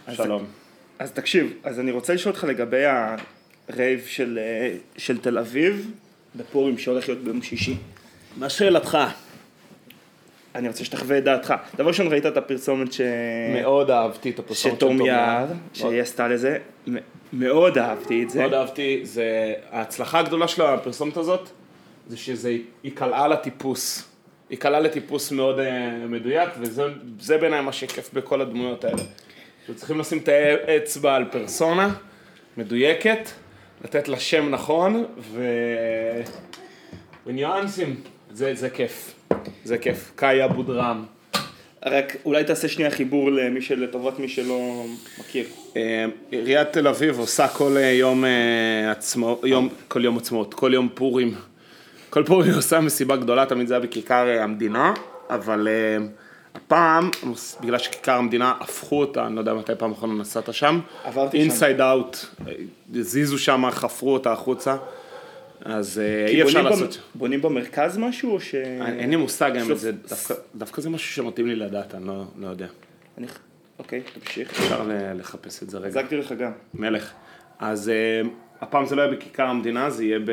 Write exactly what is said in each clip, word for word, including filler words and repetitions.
שלום. אז תקשיב, אז אני רוצה לשאול אותך לגבי הרייב של, של תל אביב, בפורים שהולך להיות ביום שישי. מה שאלתך? אני רוצה שתחווה את דעתך. דבר ראשון, ראית את הפרסומת ש... מאוד אהבתי את הפרסומת של תום יער, שהיא עשתה לזה. מאוד אהבתי את זה. מאוד אהבתי, זה... ההצלחה הגדולה של הפרסומת הזאת, זה שזה, היא קלעה לטיפוס. היא קלעה לטיפוס מאוד uh, מדויק, וזה בעיניי מה שכיף בכל הדמויות האלה. צריכים לשים את האצבע על פרסונה מדויקת, לתת לה שם נכון, ו... וניואנסים. זה, זה כיף. זה כיף. קאי אבו דרם. רק אולי תעשה שנייה חיבור למי של... לטובת מי שלא מכיר. עיריית תל אביב עושה כל יום עצמאות, יום, כל יום עצמאות, כל יום פורים. כל פורים היא עושה מסיבה גדולה, תמיד זה היה בכיכר המדינה, אבל הפעם, בגלל שכיכר המדינה הפכו אותה, אני לא יודע מתי פעם אחרונה נסעת שם, עברתי שם. inside out, זיזו שם, חפרו אותה החוצה. אז אי אפשר לעשות... בונים במרכז משהו או ש... אין לי מושג, דווקא זה משהו שמתאים לי לדעת, אני לא יודע. אוקיי, תמשיך. אפשר לחפש את זה רגע. עזקתי לך גם. מלך. אז הפעם זה לא יהיה בכיכר המדינה, זה יהיה ב...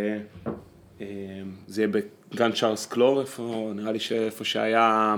זה יהיה בגן צ'ארלס קלור, נראה לי שאיפה שהיה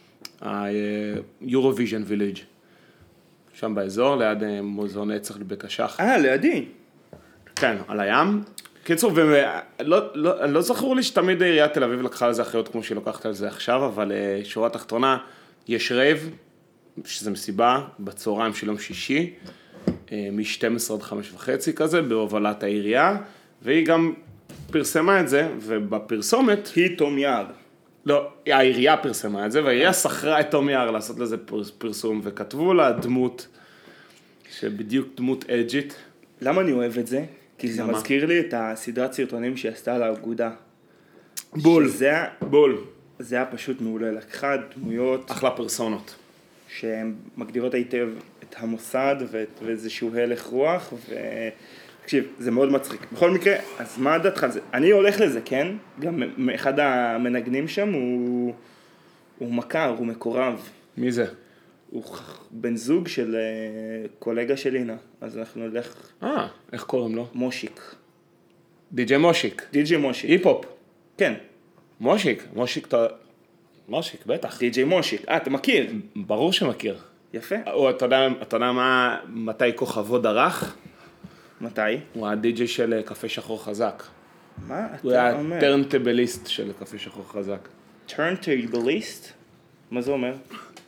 היורוויז'ן ויליג'. שם באזור, ליד מוזיאון נצח לבית השח. אה, לידי. כן, על הים. קיצור, ולא, לא, לא זכור לי שתמיד עיריית תל אביב לקחה על זה אחריות כמו שהיא לוקחת על זה עכשיו, אבל שורה תחתונה, יש רייב, שזה מסיבה, בצהריים של יום שישי, מ-שתים עשרה עד חמש וחצי כזה, בהובלת העירייה, והיא גם פרסמה את זה, ובפרסומת... היא תום יער. לא, העירייה פרסמה את זה, והעירייה שכרה את תום יער לעשות לזה פרסום, וכתבו לה דמות, שבדיוק דמות אג'ית. למה אני אוהב את זה? כי זה מזכיר לי את הסדרת סרטונים שהיא עשתה על האגודה. בול, בול. זה היה פשוט מעולה, לקחה דמויות... אחלה פרסונות. שהן מגדירות היטב את המוסד ואיזשהו הלך רוח, ותקשיב, זה מאוד מצחיק. בכל מקרה, אז מה דעתך על זה? אני הולך לזה, כן? גם אחד המנגנים שם הוא, הוא מכר, הוא מקורב. מי זה? הוא בן זוג של קולגה של לינה, אז אנחנו נלך... אה, איך קוראים לו? מושיק. די.ג'יי מושיק. די.ג'יי מושיק. היפ-הופ. כן. מושיק, מושיק, אתה... מושיק, בטח. די.ג'יי מושיק. אה, אתה מכיר? ברור שמכיר. יפה. הוא, אתה יודע, אתה יודע מה, מתי כוכבו דרך? מתי? הוא הדי.ג'יי של קפה שחור חזק. מה הוא אתה היה אומר? טרנטבליסט של קפה שחור חזק. טרנטבליסט? מה זה אומר?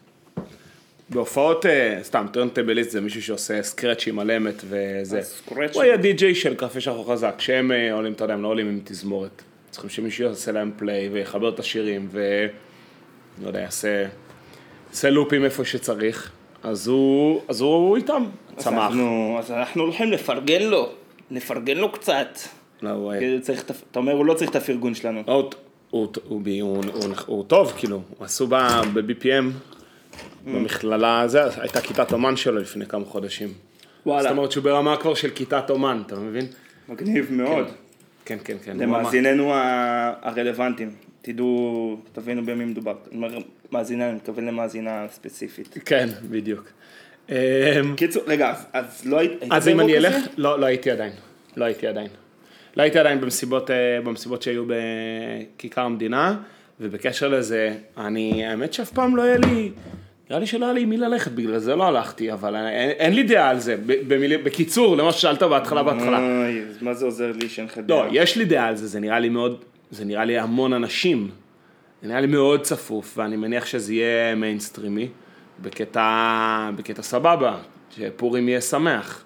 בהופעות, סתם, טרנטבליסט זה מישהו שעושה סקרצ'י מלמת וזה. סקרצ'י. הוא היה די.ג'יי של קפה שחור חזק, כשהם עולים, אתה יודע, הם לא עולים עם תזמורת. צריכים שמישהו יעשה להם פליי ויחבר את השירים ו... לא יודע, יעשה... יעשה לופים איפה שצריך. אז הוא, אז הוא איתם, צמח. אז אנחנו, אז אנחנו הולכים לפרגן לו. נפרגן לו קצת. לא, הוא... צריך, אתה אומר, הוא לא צריך את הפרגון שלנו. הוא, הוא, הוא, הוא, הוא, הוא, הוא טוב, כאילו. הוא עשו ב-בי פי אם. במכללה הזה, הייתה כיתת אומן שלו לפני כמה חודשים. וואלה. זאת אומרת שהוא ברמה כבר של כיתת אומן, אתה מבין? מגניב מאוד. כן, כן, כן. למאזיננו הרלוונטיים. תדעו, תבינו במי מדובר. אני אומר, מאזינה, אני מתכוון למאזינה ספציפית. כן, בדיוק. קיצור, רגע, אז לא היית... אז אם אני אלך, לא, לא הייתי עדיין. לא הייתי עדיין. לא הייתי עדיין במסיבות, במסיבות שהיו בכיכר המדינה, ובקשר לזה, אני, האמת שאף פעם לא היה לי... נראה לי שלא היה לי מי ללכת, בגלל זה לא הלכתי, אבל אין, אין לי דעה על זה. במיל... בקיצור, למה ששאלת בהתחלה, בהתחלה. אוי, אז מה זה עוזר לי שאין לך דעה? לא, יש לי דעה על זה, זה נראה לי מאוד, זה נראה לי המון אנשים. זה נראה לי מאוד צפוף, ואני מניח שזה יהיה מיינסטרימי, בקטע, בקטע סבבה, שפורים יהיה שמח.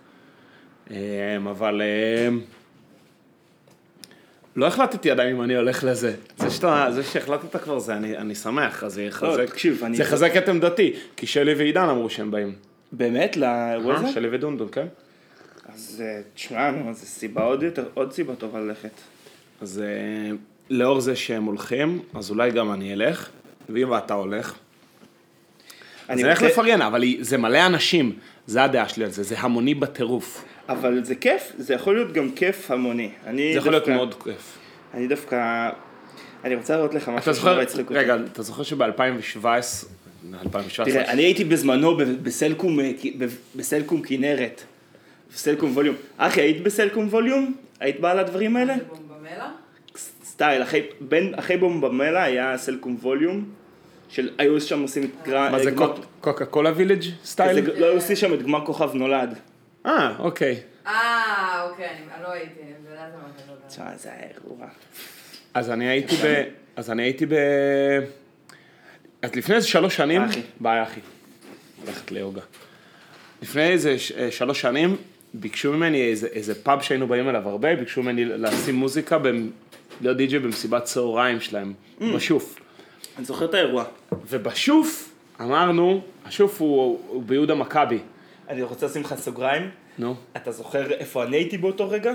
אבל... לא החלטתי עדיין אם אני הולך לזה. זה שאתה, זה שהחלטת כבר זה, אני, אני שמח, אז זה יחזק, תקשיב, אני... זה יחזק את עמדתי, כי שלי ועידן אמרו שהם באים. באמת? לאירוע הזה? שלי ודונדון, כן. אז תשמע, זה סיבה עוד יותר, עוד סיבה טובה ללכת. אז לאור זה שהם הולכים, אז אולי גם אני אלך, ואם אתה הולך, אז אני הולך לפרגן, אבל זה מלא אנשים, זה הדעה שלי על זה, זה המוני בטירוף. אבל זה כיף, זה יכול להיות גם כיף המוני. זה יכול להיות מאוד כיף. אני דווקא, אני רוצה לראות לך משהו שלא יצחק אותי. רגע, אתה זוכר שב-אלפיים שבע עשרה, אלפיים שבע עשרה. תראה, אני הייתי בזמנו בסלקום, בסלקום כנרת, בסלקום ווליום. אחי, היית בסלקום ווליום? היית באה לדברים האלה? בומבמלה? סטייל, אחרי, בין, אחרי בומבמלה היה סלקום ווליום, של היו שם עושים את גמר... מה זה קוקה קולה וילג' סטייל? לא היו עושים שם את גמר כוכב נולד. אה, אוקיי. אה, אוקיי, אני לא הייתי, אני יודעת מה אתה לא יודעת. תשמע, זה היה אירוע. אז אני הייתי ב... אז אני הייתי ב... אז לפני איזה שלוש שנים... אחי. ביי, אחי. הולכת ליוגה. לפני איזה ש- שלוש שנים, ביקשו ממני איזה, איזה פאב שהיינו באים אליו הרבה, ביקשו ממני לשים מוזיקה, במ... להיות די-ג'יי במסיבת צהריים שלהם, mm. בשוף. אני זוכר את האירוע. ובשוף אמרנו, השוף הוא, הוא ביהודה מכבי. אני רוצה לשים לך סוגריים. נו. אתה זוכר איפה אני הייתי באותו רגע?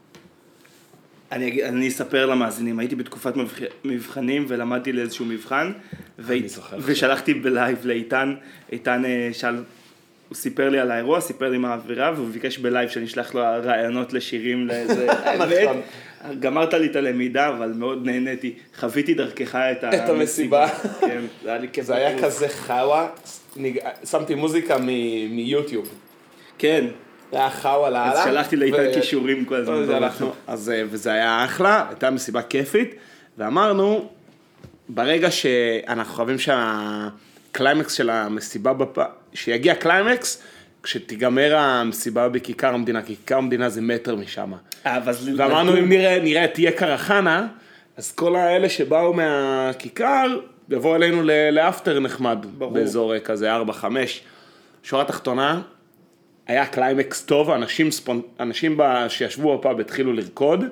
אני, אגיד- אני אספר למאזינים, הייתי בתקופת מבח... מבחנים ולמדתי לאיזשהו מבחן, והי... זוכר. ושלחתי בלייב לאיתן, איתן אה, שאל, הוא סיפר לי על האירוע, סיפר לי מה האווירה, והוא ביקש בלייב שאני אשלח לו רעיונות לשירים לאיזה... האמת, גמרת לי את הלמידה, אבל מאוד נהניתי, חוויתי דרכך את, את המסיבה. כן, זה היה לי כיף. זה היה כזה חאווה, ניג... שמתי מוזיקה מ... מיוטיוב. כן, זה היה חאווה לאללה. אז שלחתי לאיתן ו- קישורים כל הזמן. זה הלכנו, אז, וזה היה אחלה, הייתה מסיבה כיפית, ואמרנו, ברגע שאנחנו חייבים שהקליימקס של המסיבה, בפ... שיגיע קליימקס, כשתיגמר המסיבה בכיכר המדינה, כי כיכר המדינה זה מטר משם. ואמרנו, אם נראה, נראה, תהיה קרחנה, אז כל האלה שבאו מהכיכר, יבואו אלינו ל- לאפטר נחמד, ברור. באזור כזה ארבע חמש. שורה תחתונה, היה קליימקס טוב, אנשים, ספונ... אנשים ב... שישבו בפאב התחילו לרקוד,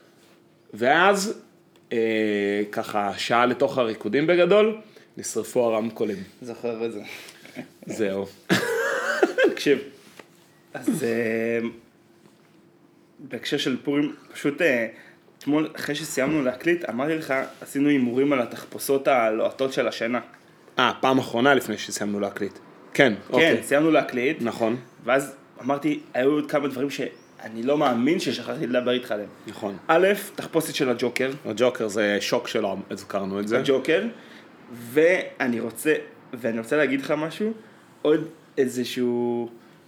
ואז אה, ככה שעה לתוך הריקודים בגדול, נשרפו הרמקולים. זוכר את זה. זהו. תקשיב, אז אה, בהקשר של פורים, פשוט אה, אתמול אחרי שסיימנו להקליט, אמרתי לך, עשינו הימורים על התחפושות הלוהטות של השנה. אה, פעם אחרונה לפני שסיימנו להקליט. כן, כן, אוקיי. סיימנו להקליט, נכון, ואז אמרתי, היו עוד כמה דברים שאני לא מאמין ששכחתי לדבר איתך עליהם. נכון. א', תחפושת של הג'וקר, הג'וקר זה שוק שלו, הזכרנו את זה. הג'וקר, ואני רוצה, ואני רוצה להגיד לך משהו, עוד איזשהו...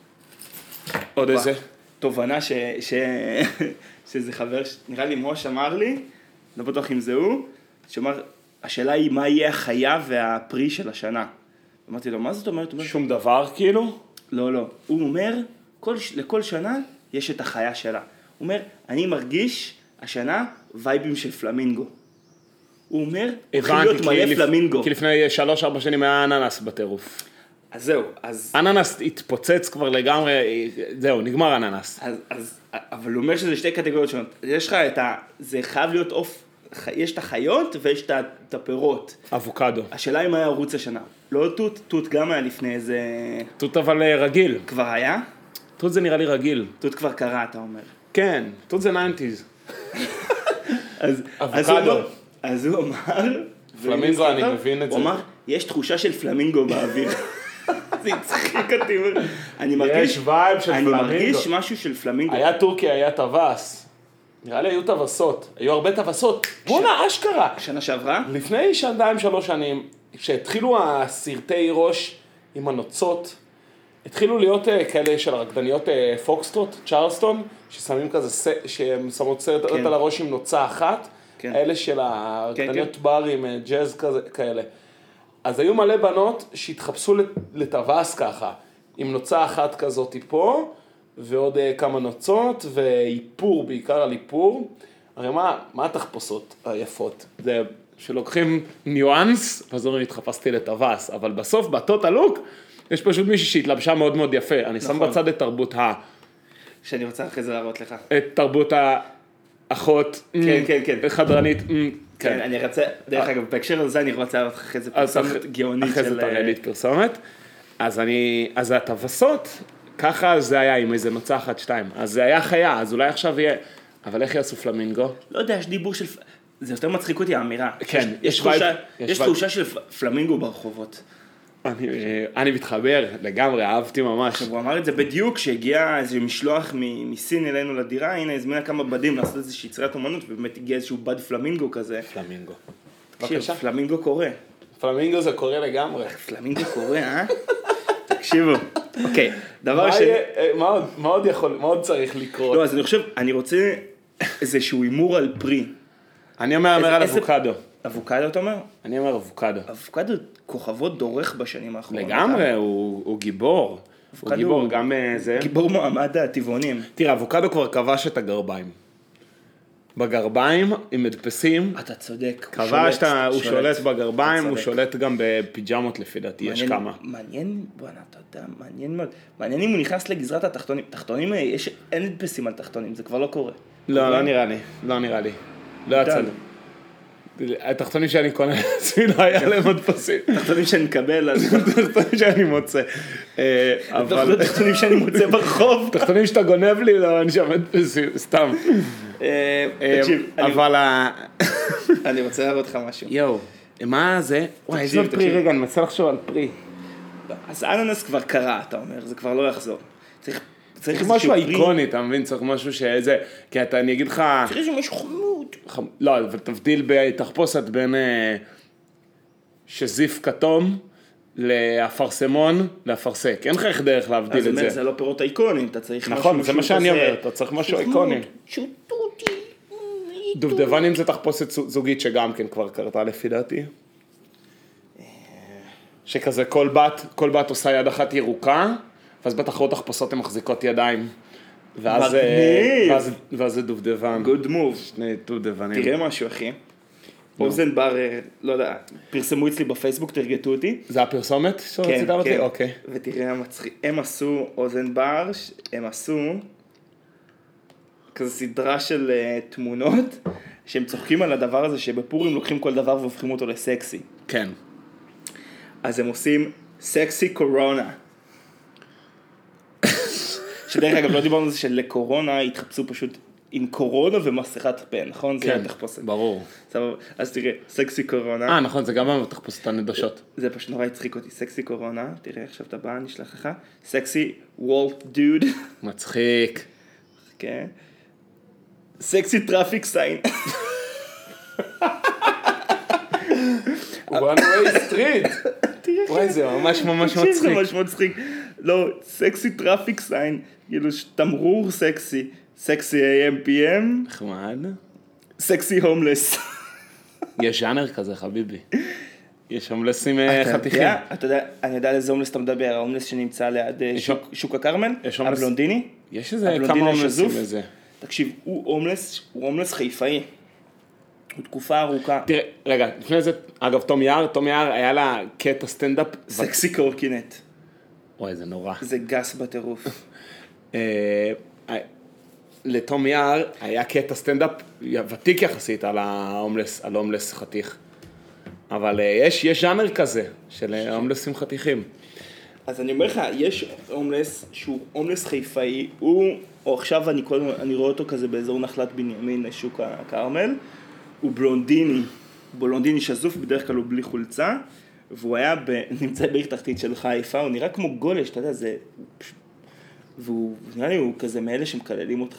עוד איזה? תובנה ש... ש... שזה חבר, ש... נראה לי מוש אמר לי, לא בטוח אם זה הוא, שאומר, השאלה היא מה יהיה החיה והפרי של השנה. אמרתי לו, מה זאת אומרת? הוא אומר, שום דבר כאילו? לא, לא. הוא אומר, כל, לכל שנה יש את החיה שלה. הוא אומר, אני מרגיש השנה וייבים של פלמינגו. הוא אומר, הולכים להיות כי מלא לפ- פלמינגו. כי לפני שלוש ארבע שנים היה אננס בטירוף. אז זהו, אז... אננס התפוצץ כבר לגמרי, זהו, נגמר אננס. אז, אז, אבל הוא אומר שזה שתי קטגוריות שונות. יש לך את ה... זה חייב להיות עוף... יש את החיות ויש את ה- את הפירות. אבוקדו. השאלה אם היה ערוץ השנה. לא תות, תות גם היה לפני איזה... תות אבל אה, רגיל. כבר היה? תות זה נראה לי רגיל. תות כבר קרה, אתה אומר. כן, תות זה ניינטיז. אז, אז, הוא, אבוקדו. אמר- אז הוא אמר... פלמינגו, אני מבין את הוא זה. אמר, יש תחושה של פלמינגו באוויר. זה הצחיק אותי. אני מרגיש... יש וייב של אני פלמינגו. מרגיש משהו של פלמינגו. היה טורקיה, היה טווס. נראה לי היו טווסות. היו הרבה טווסות. בואנה, אשכרה. שנה שעברה? לפני שנתיים, שלוש שנים, כשהתחילו הסרטי ראש עם הנוצות, התחילו להיות אה, כאלה של הרקדניות אה, פוקסטרוט, צ'רלסטון, ששמים כזה, ס- שהם שמות סרט כן. על הראש עם נוצה אחת, כן. האלה של הרקדניות כן, בר עם אה, ג'אז כזה, כאלה. אז היו מלא בנות שהתחפשו לט- לטווס ככה, עם נוצה אחת כזאת פה, ועוד אה, כמה נוצות, ואיפור, בעיקר על איפור. הרי מה, מה התחפושות היפות? זה שלוקחים ניואנס, אז אומרים, התחפשתי לטווס, אבל בסוף, בטוטל לוק, יש פשוט מישהי שהתלבשה מאוד מאוד יפה. אני שם נכון. בצד את תרבות ה... שאני רוצה אחרי זה להראות לך. את תרבות האחות, כן, כן, כן. חדרנית, כן, כן. אני רוצה, דרך אגב, בהקשר לזה אני רוצה להראות לך אחרי זה אז פרסומת אח- גאונית אחרי זה של... תראה לי את פרסומת. אז אני, אז הטווסות, ככה זה היה עם איזה נוצה אחת, שתיים. אז זה היה חיה, אז אולי עכשיו יהיה... אבל איך יעשו פלמינגו? לא יודע, יש דיבור של... זה יותר מצחיק אותי האמירה. כן, יש, יש יש, תחושה, וייב- יש יש וייב. תחושה של פ- פלמינגו ברחובות. אני, אני מתחבר לגמרי, אהבתי ממש. הוא אמר את זה בדיוק כשהגיע איזה משלוח מ- מסין אלינו לדירה, הנה הזמינה כמה בדים לעשות איזושהי יצירת אומנות, ובאמת הגיע איזשהו בד פלמינגו כזה. פלמינגו. תקשיב, בבקשה. פלמינגו קורה. פלמינגו זה קורה לגמרי. פלמינגו קורה, אה? תקשיבו. אוקיי, דבר מה ש... יהיה- מה עוד- מה עוד יכול, מה עוד צריך לקרות? לא, אז אני חושב, אני רוצה איזשהו הימור על פרי. אני אומר אומר על איזה- אבוקדו. אבוקדו, אתה אומר? אני אומר אבוקדו. אבוקדו כוכבות דורך בשנים האחרונות. לגמרי, הוא הוא גיבור. הוא אבוקדו גיבור, הוא- גם אה, זה. גיבור מעמד הטבעונים. תראה, אבוקדו כבר כבש את הגרביים. בגרביים, עם מדפסים, אתה צודק. כבש, את ה- הוא שולט בגרביים, אתה הוא צודק. שולט גם בפיג'מות לפי דעתי, יש מעניין- כמה. מעניין, בואנה, אתה יודע, מעניין מאוד. מעניין אם הוא נכנס לגזרת התחתונים. תחתונים, יש, אין מדפסים על תחתונים, זה כבר לא קורה. לא, לא נראה לי, לא נראה לי. לא יצא לי. התחתונים שאני קונה לעצמי לא היה להם מדפסים. תחתונים שאני מקבל, אז... תחתונים שאני מוצא. אה, אבל... תחתונים שאני מוצא ברחוב. תחתונים שאתה גונב לי, לא, אני שם מדפסים, סתם. אה, אה, תקשיב, אני- אבל ה... אני רוצה להראות לך משהו. יואו, מה זה? וואי, איזה תקשיב, פרי, תקשיב. רגע, אני מנסה לחשוב על פרי. אז אננס כבר קרה, אתה אומר, זה כבר לא יחזור. צריך... צריך צריך איזשהו משהו פרי- איקוני, אתה מבין? צריך משהו שזה... כי אתה, אני אגיד לך... צריך איזשהו משהו חמוד. חמ- לא, אבל תבדיל בתחפושת בין אה, שזיף כתום לאפרסמון לאפרסק. אין לך איך דרך אז להבדיל את אומר, זה. זה לא פירות אייקונים, אתה צריך משהו... נכון, זה מה שהוא שאני כזה- אומר, אתה צריך משהו שהוא איקוני. חמוד, שהוא תותי. דובדבנים זה תחפושת זו- זוגית שגם כן כבר קרתה לפי דעתי. שכזה כל בת, כל בת עושה יד אחת ירוקה, ואז בתחרות תחפושות הן מחזיקות ידיים. ואז, אה, מגניב. ואז, ואז זה דובדבן. גוד מוב. שני דובדבנים. תראה משהו, אחי. אוזן בר, אה, לא יודע, פרסמו אצלי בפייסבוק, תרגטו אותי. זה הפרסומת שרצית כן, אותי? כן. אוקיי. ותראה המצחיק. הם עשו אוזן בר, ש- הם עשו כזה סדרה של אה, תמונות, שהם צוחקים על הדבר הזה שבפורים לוקחים כל דבר והופכים אותו לסקסי. כן. אז הם עושים סקסי קורונה. שדרך אגב לא דיברנו על זה שלקורונה התחפשו פשוט עם קורונה ומסכת פה, נכון? זה כן, התחפושת. ברור. סבבה. אז תראה, סקסי קורונה. אה, נכון, זה גם בתחפושות הנדשות. זה פשוט נורא הצחיק אותי. סקסי קורונה, תראה עכשיו אתה בא, אני אשלח לך. סקסי וולט דוד. מצחיק. כן. סקסי טראפיק סיין. one way street. וואי, זה ממש ממש תקשיב, זה מצחיק. ממש מצחיק. לא, סקסי טראפיק סיין. כאילו תמרור סקסי. סקסי איי אם פי אם. נחמד. סקסי הומלס. יש ז'אנר כזה, חביבי. יש הומלסים אה, אתה חתיכים. יודע- אתה יודע, אני יודע על איזה הומלס אתה מדבר, ההומלס שנמצא ליד אה, יש שוק- שוק הכרמל, יש הומלס- הבלונדיני. יש איזה הבלונדיני כמה הומלסים השזוף? לזה. תקשיב, הוא הומלס, הוא הומלס חיפאי. הוא תקופה ארוכה. תראה, רגע, לפני זה, אגב, תום יער, תום יער היה לה קטע סטנדאפ. סקסי קורקינט. וואי, זה נורא. זה גס בטירוף. אה, אה, לתום יער היה קטע סטנדאפ ותיק יחסית על ההומלס, על הומלס חתיך. אבל אה, יש, יש ז'אנר כזה של אה, הומלסים חתיכים. אז אני אומר לך, יש הומלס שהוא הומלס חיפאי, הוא, או עכשיו אני, כל, אני רואה אותו כזה באזור נחלת בנימין, שוק הכרמל, הוא בלונדיני, בלונדיני שזוף, בדרך כלל הוא בלי חולצה, והוא היה, ב, נמצא בעיר תחתית של חיפה, הוא נראה כמו גולש, אתה יודע, זה, והוא, נראה לי, הוא כזה מאלה שמקללים אותך,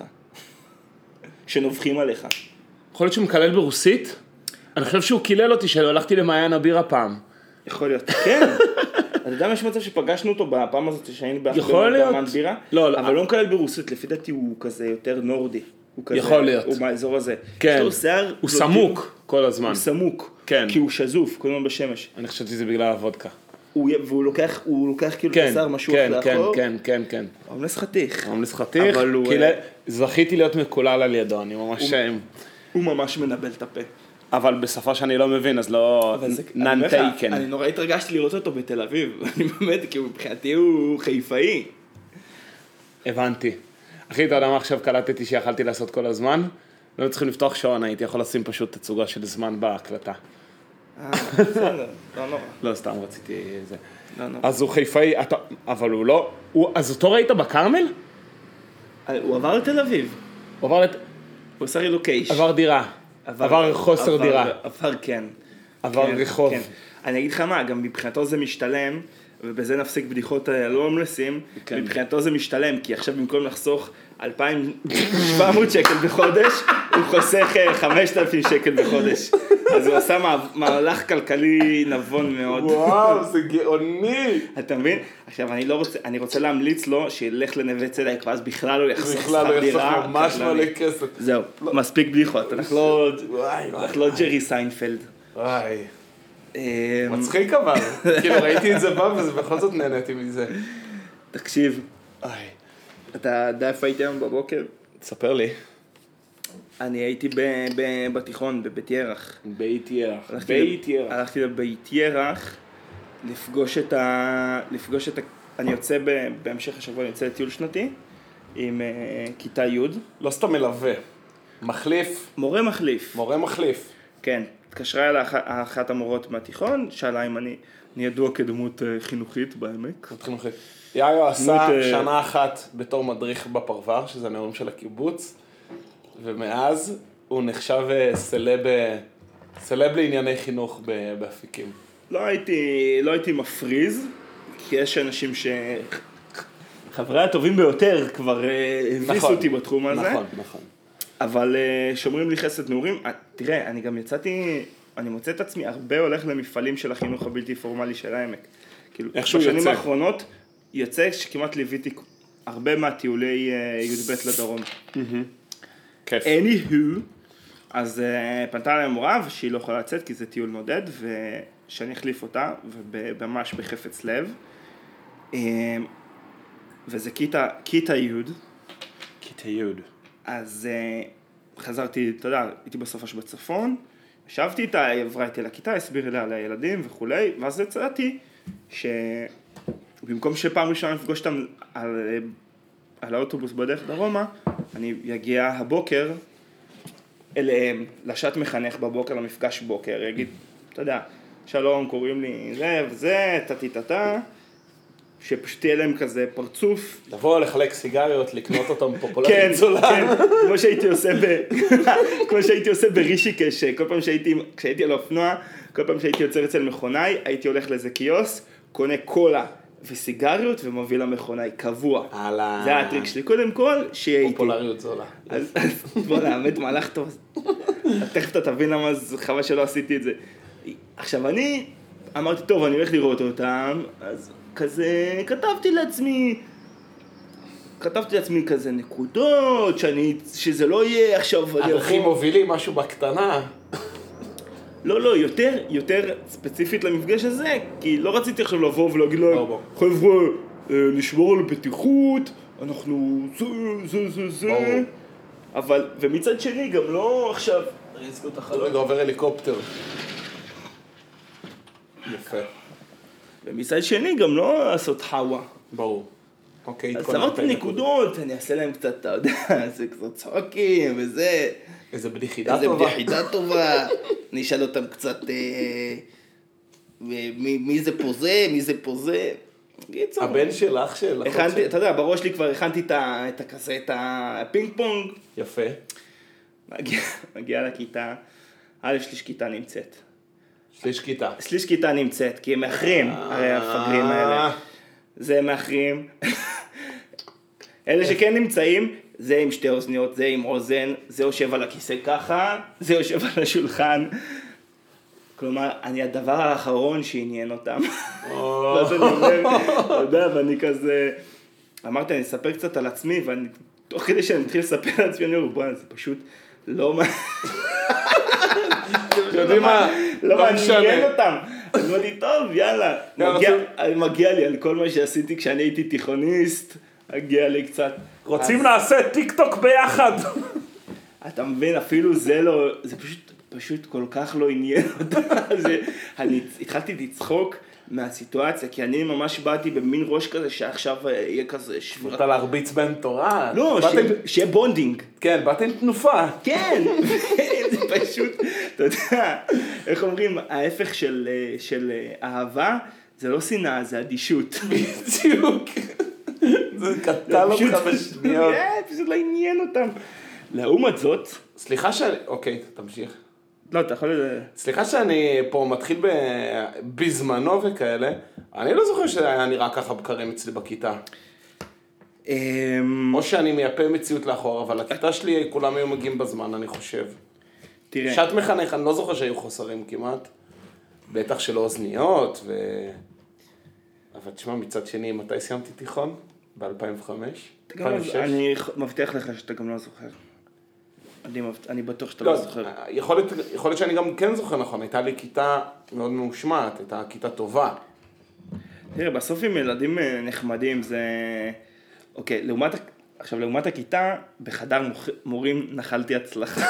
שנובחים עליך. יכול להיות שהוא מקלל ברוסית? אני חושב שהוא קילל אותי שלא הלכתי למעיין הבירה פעם. יכול להיות, כן. אתה יודע מה יש מצב שפגשנו אותו בפעם הזאת שהיינו באחד יכול להיות. באמן בירה? לא, לא. אבל לא מקלל ברוסית, לפי דעתי הוא כזה יותר נורדי. הוא כזה, יכול להיות. הוא מהאזור הזה. כן. יש לו שיער... הוא זו- סמוק כל הזמן. הוא סמוק. כן. כי הוא שזוף, כל הזמן בשמש. אני חשבתי שזה בגלל הוודקה. הוא- והוא לוקח, הוא לוקח כאילו את כן, השיער משהו כן, כן, לאחור. כן, כן, כן. הומלס חתיך. הומלס חתיך, אבל הוא, קילל- אה, זכיתי להיות מקולל על ידו, אני ממש... הוא ממש מנבל את הפה. אבל בשפה שאני לא מבין, אז לא... אבל זה... אני אומר לך, ננטייקן. אני נורא התרגשתי לראות אותו בתל אביב. אני באמת, כי הוא- מבחינתי הוא חיפאי. הבנתי. אחי, אתה יודע מה עכשיו קלטתי שיכלתי לעשות כל הזמן? לא צריכים לפתוח שעון, הייתי יכול לשים פשוט תצוגה של זמן בהקלטה. אה, בסדר, לא נורא. לא, סתם רציתי זה. לא נורא. אז הוא חיפאי, אתה... אבל הוא לא... הוא... אז אותו ראית בכרמל? הוא עבר לתל אביב. הוא עבר, לת... הוא עשה רילוקייש. עבר דירה. עבר חוסר עבר- דירה. עבר כן. עבר כן, רחוב. כן. אני אגיד לך מה, גם מבחינתו זה משתלם, ובזה נפסיק בדיחות על הומלסים, כן. מבחינתו זה משתלם, כי עכשיו במקום לחסוך אלפיים ושבע מאות שקל בחודש, הוא חוסך חמשת אלפים שקל בחודש. אז הוא עשה מה- מהלך כלכלי נבון מאוד. וואו, זה גאוני. אתה מבין? עכשיו, אני לא רוצה, אני רוצה להמליץ לו שילך לנווה צדק, ואז בכלל הוא יחסוך בכלל לא שכר יחסוך דירה. ממש בכלל. מלא כסף. זהו, מספיק בדיחות, אנחנו לא וואי, וואי. אנחנו לא ג'רי סיינפלד. וואי. אה, מצחיק אבל. כאילו ראיתי את זה בא וזה בכל זאת נהניתי מזה. תקשיב, וואי. אתה יודע איפה הייתי היום בבוקר? תספר לי. אני הייתי ב- ב- בתיכון, בבית ירח. בית ירח. הלכתי בית לב- ירח. הלכתי לבית ירח, לפגוש את ה... לפגוש את ה... אני יוצא ב... בהמשך השבוע, אני יוצא לטיול שנתי עם uh, כיתה י', לא סתם מלווה. מחליף. מורה מחליף. מורה מחליף. כן, התקשרה אליי אח- אחת המורות מהתיכון, שאלה אם אני, אני ידוע כדמות uh, חינוכית בעמק. חינוכית. יאיו עשה דמות, אה, שנה אחת בתור מדריך בפרבר, שזה הנאום של הקיבוץ, ומאז הוא נחשב אה, סלב, אה, סלב לענייני חינוך ב- באפיקים. לא הייתי, לא הייתי מפריז, כי יש אנשים ש... חברי הטובים ביותר כבר אה, הביסו נכון. אותי בתחום הזה. נכון, נכון. אבל uh, שומרים לי חסד נעורים. Uh, תראה, אני גם יצאתי, אני מוצא את עצמי הרבה הולך למפעלים של החינוך הבלתי פורמלי של העמק. כאילו, איכשהו בשנים יוצא. האחרונות יוצא שכמעט ליוויתי הרבה מהטיולי uh, י"ב לדרום. כיף. anywho, אז uh, פנתה אליי מורה ושהיא לא יכולה לצאת כי זה טיול נודד, ושאני אחליף אותה, וממש בחפץ לב. Um, וזה כיתה, כיתה י', כיתה י'. אז uh, חזרתי, אתה יודע, הייתי בסופש בצפון, ישבתי איתה, היא עברה איתי לכיתה, הסבירי לה על הילדים וכולי, ואז יצאתי שבמקום שפעם ראשונה נפגוש אותם על, על האוטובוס בדרך דרומה, אני אגיע הבוקר אליהם, לשעת מחנך בבוקר, למפגש בוקר, יגיד, אתה יודע, שלום, קוראים לי זה וזה, תתי-תתה, שפשוט תהיה להם כזה פרצוף. לבוא לחלק סיגריות, לקנות אותם כן, פופולרית זולה. כן, כמו שהייתי עושה ב... כמו שהייתי עושה ברישיקש, כל פעם שהייתי, כשהייתי על אופנוע, כל פעם שהייתי יוצר אצל מכונאי, הייתי הולך לאיזה קיוסק, קונה קולה וסיגריות ומביא למכונאי, קבוע. הלאה. זה היה הטריק שלי, קודם כל, שיהיה איתי. פופולריות זולה. אז אז בוא נעמד מהלך טוב. תכף אתה תבין למה זה חבל שלא עשיתי את זה. עכשיו אני אמרתי, טוב, אני הולך לראות אותם, אז כזה כתבתי לעצמי, כתבתי לעצמי כזה נקודות, שאני, שזה לא יהיה עכשיו, אני ערכים אבוא... מובילים, משהו בקטנה. לא, לא, יותר, יותר ספציפית למפגש הזה, כי לא רציתי עכשיו לבוא ולהגיד להם, ברור. חבר'ה, אה, נשמור על בטיחות, אנחנו זה, זה, זה, זה, ברור. אבל, ומצד שני גם לא עכשיו, אני אסגור את החלום, רגע עובר אליקופטר. יפה. ומצד שני גם לא לעשות חווה. ברור. אוקיי, אז התכוננת אמרתי עם נקודות, אני אעשה להם קצת, אתה יודע, זה קצת צחוקים וזה, איזה בדיחידה איזה טובה. בדיחידה טובה, אני אשאל אותם קצת, אה, מי מי זה פה זה, מי זה פה זה, קיצור. הבן של אח של אחות הכנתי, של... אתה יודע, בראש שלי כבר הכנתי את ה- את הכזה, את הפינג פונג, יפה. מגיע, מגיע לכיתה, א' שליש כיתה נמצאת. שליש כיתה. שליש כיתה נמצאת, כי הם מאחרים, הרי המפגרים האלה. זה מאחרים. אלה שכן נמצאים, זה עם שתי אוזניות, זה עם אוזן, זה יושב על הכיסא ככה, זה יושב על השולחן. כלומר, אני הדבר האחרון שעניין אותם. ואז אני אומר, אתה יודע, ואני כזה... אמרתי, אני אספר קצת על עצמי, ואני, תוך כדי שאני מתחיל לספר על עצמי, אני אומר, בוא'נה, זה פשוט לא מה... אתם יודעים מה? לא מעניין משנה. אותם. אז אמרתי, טוב, יאללה. גם מגיע- רוצים- מגיע לי על כל מה שעשיתי כשאני הייתי תיכוניסט, מגיע לי קצת. רוצים אז- נעשה טיק טוק ביחד. אתה מבין, אפילו זה לא, זה פשוט, פשוט כל כך לא עניין אותה. זה- אני התחלתי לצחוק מהסיטואציה, כי אני ממש באתי במין ראש כזה שעכשיו יהיה כזה שבירת. אתה להרביץ בן תורה. לא, באתם- שיהיה- שיהיה בונדינג. כן, באתם תנופה. כן, זה פשוט, אתה יודע, איך אומרים, ההפך של, של אהבה, זה לא שנאה, זה אדישות. בדיוק. זה קטל אותך בשניות. כן, פשוט לא עניין אותם. לעומת זאת, סליחה שאני... אוקיי, תמשיך. לא, אתה יכול... סליחה שאני פה מתחיל ב... בזמנו וכאלה, אני לא זוכר שזה היה נראה ככה בקרים אצלי בכיתה. או שאני מייפה מציאות לאחור, אבל הכיתה שלי כולם היו מגיעים בזמן, אני חושב. תראה. שעת מחנך, אני לא זוכר שהיו חוסרים כמעט. בטח של אוזניות, ו... אבל תשמע, מצד שני, מתי סיימתי תיכון? ב-אלפיים וחמש? אלפיים ושש? אני מבטיח לך שאתה גם לא זוכר. אני, מבט... אני בטוח שאתה לא, לא זוכר. יכול להיות, יכול להיות שאני גם כן זוכר נכון, הייתה לי כיתה מאוד מאושמת, הייתה כיתה טובה. תראה, בסוף עם ילדים נחמדים זה... אוקיי, לעומת... עכשיו, לעומת הכיתה, בחדר מוח... מורים נחלתי הצלחה.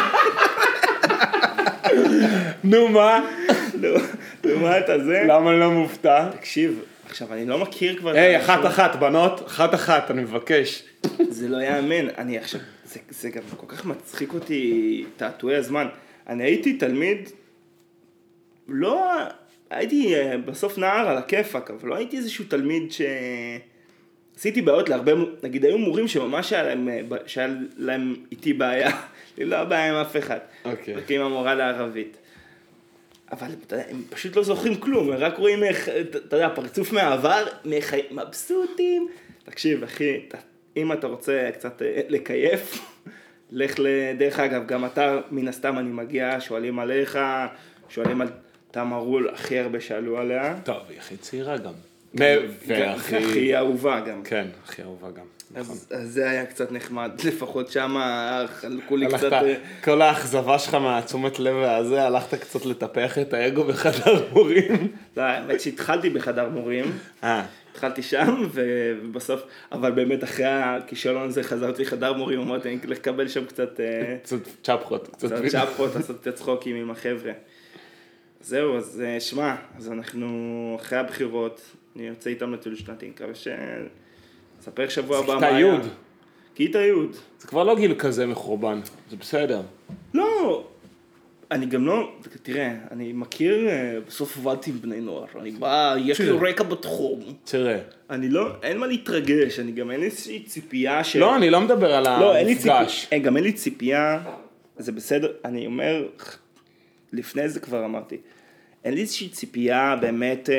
נו מה? לעומת הזה... למה אני לא מופתע? תקשיב, עכשיו, אני לא מכיר כבר... היי, אחת אחת, בנות, אחת אחת, אני מבקש. זה לא יאמן, אני עכשיו... זה, זה גם כל כך מצחיק אותי, תעתועי הזמן. אני הייתי תלמיד... לא... הייתי בסוף נער על הכיפק, אבל לא הייתי איזשהו תלמיד ש... עשיתי בעיות להרבה, נגיד, היו מורים שממש היה להם, שהיה להם איתי בעיה, לא הבעיה עם אף אחד. אוקיי. רק עם המורה לערבית. אבל אתה יודע, הם פשוט לא זוכרים כלום, הם רק רואים, אתה יודע, פרצוף מהעבר, מבסוטים. תקשיב, אחי, אם אתה רוצה קצת לקייף, לך לדרך אגב, גם אתה, מן הסתם אני מגיע, שואלים עליך, שואלים על תמרול, הכי הרבה שאלו עליה. טוב, היא הכי צעירה גם. והכי אהובה גם. כן, הכי אהובה גם. אז זה היה קצת נחמד, לפחות שמה חלקו לי קצת... כל האכזבה שלך מהתשומת לב הזה, הלכת קצת לטפח את האגו בחדר מורים. לא, האמת שהתחלתי בחדר מורים. התחלתי שם, ובסוף, אבל באמת אחרי הכישלון הזה חזרתי לחדר מורים, אמרתי, אני לקבל שם קצת... קצת צ'פחות. קצת צ'פחות, לעשות את צחוקים עם החבר'ה. זהו, אז שמע, אז אנחנו אחרי הבחירות, אני יוצא איתם לטיול שנתי, אני מקווה ש... נספר שבוע הבא מה היה. כיתה י'. כיתה י'. זה כבר לא גיל כזה מחורבן, זה בסדר. לא, אני גם לא, תראה, אני מכיר, בסוף עבדתי עם בני נוער, אני בא, יש לי רקע בתחום. תראה. אני לא, אין מה להתרגש, אני גם אין איזושהי ציפייה ש... לא, אני לא מדבר על המפגש. גם אין לי ציפייה, זה בסדר, אני אומר, לפני זה כבר אמרתי, אין לי איזושהי ציפייה באמת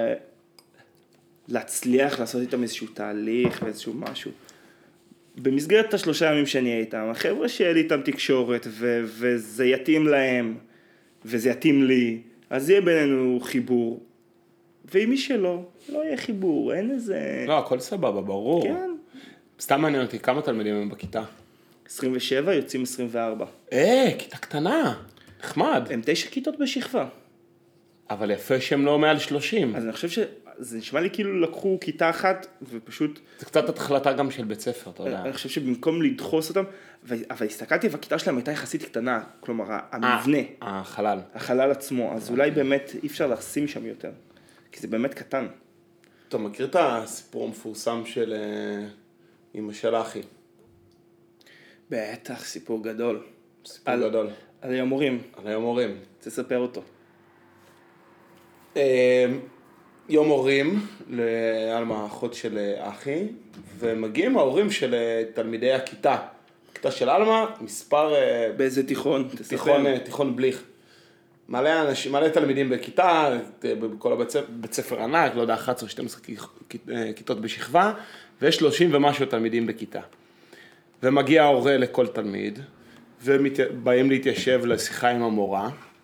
להצליח לעשות איתם איזשהו תהליך ואיזשהו משהו. במסגרת השלושה ימים שאני אהיה איתם, החבר'ה שיהיה לי איתם תקשורת ו- וזה יתאים להם וזה יתאים לי, אז יהיה בינינו חיבור. ואם מי שלא, לא יהיה חיבור, אין איזה... לא, הכל סבבה, ברור. כן. סתם מעניין אותי, כמה תלמידים הם בכיתה? עשרים ושבע, יוצאים עשרים וארבע. אה, כיתה קטנה, נחמד. הם תשע כיתות בשכבה. אבל יפה שהם לא מעל שלושים. אז אני חושב שזה נשמע לי כאילו לקחו כיתה אחת ופשוט... זה קצת התחלתה גם של בית ספר, אתה יודע. אני חושב שבמקום לדחוס אותם, אבל הסתכלתי והכיתה שלהם הייתה יחסית קטנה, כלומר המבנה. החלל. החלל עצמו, אז אולי באמת אי אפשר לשים שם יותר, כי זה באמת קטן. אתה מכיר את הסיפור המפורסם של אמא של אחי? בטח, סיפור גדול. סיפור גדול. על המורים. על המורים. תספר אותו. יום הורים על האחות של אחי, ומגיעים ההורים של תלמידי הכיתה. כיתה של אלמה, מספר... באיזה תיכון? תיכון, תיכון בליך. מלא אנשים, מלא תלמידים בכיתה, בכל הבית ספר, בית ספר ענק, לא יודע, אחת עשרה שתים עשרה כיתות בשכבה, ויש שלושים ומשהו תלמידים בכיתה. ומגיע ההורה לכל תלמיד, ובאים להתיישב לשיחה עם המורה,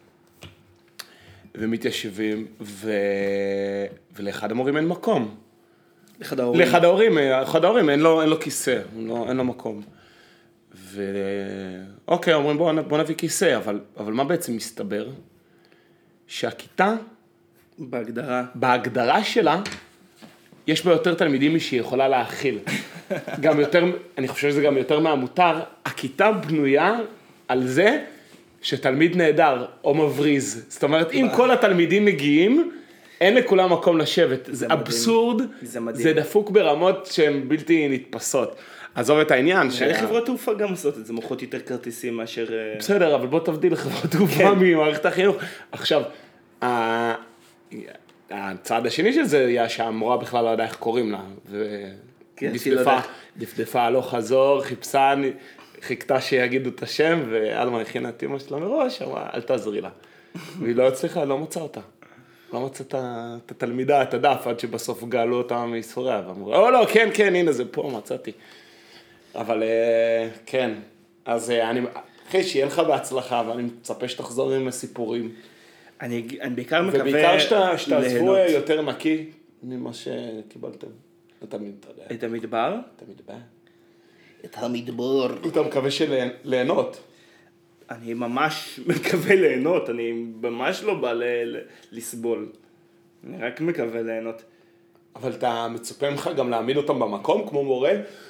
ומתיישבים, ו... ולאחד המורים אין מקום. לאחד ההורים? לאחד ההורים, אחד ההורים אין לו, אין לו כיסא, לא, אין לו מקום. ו... אוקיי, אומרים בוא, בוא נביא כיסא, אבל, אבל מה בעצם מסתבר? שהכיתה, בהגדרה, בהגדרה שלה, יש בה יותר תלמידים משהיא יכולה להכיל. גם יותר, אני חושב שזה גם יותר מהמותר, הכיתה בנויה על זה, שתלמיד נהדר או מבריז. זאת אומרת, אם כל התלמידים מגיעים, אין לכולם מקום לשבת. זה אבסורד, זה דפוק ברמות שהן בלתי נתפסות. עזוב את העניין. חברות תעופה גם עושות את זה, מוכרות יותר כרטיסים מאשר... בסדר, אבל בוא תבדיל לחברות תעופה ממערכת החינוך. עכשיו, הצעד השני של זה היה שהמורה בכלל לא ידעה איך קוראים לה. ודפדפה הלוך חזור, חיפשה, חיכתה שיגידו את השם, ואלמה הכינה את אמא שלה מראש, אמרה, אל תעזרי לה. והיא לא הצליחה, לא מצאה אותה. לא מצאת את התלמידה, את הדף, עד שבסוף גאלו אותה מיסוריה, ואמרו, לא, לא, כן, כן, הנה זה פה, מצאתי. אבל כן, אז אני, אחי, שיהיה לך בהצלחה, ואני מצפה שתחזור עם הסיפורים. אני, אני בעיקר מקווה ובעיקר שאתה, שתעזבו יותר נקי ממה שקיבלתם. לא תמיד, אתה יודע. את המדבר? את המדבר. את המדבר. אתה מקווה שליהנות. אני ממש מקווה ליהנות, אני ממש לא בא ל- ל- לסבול. אני רק מקווה ליהנות. אבל אתה מצפה ממך גם להעמיד אותם במקום, כמו מורה?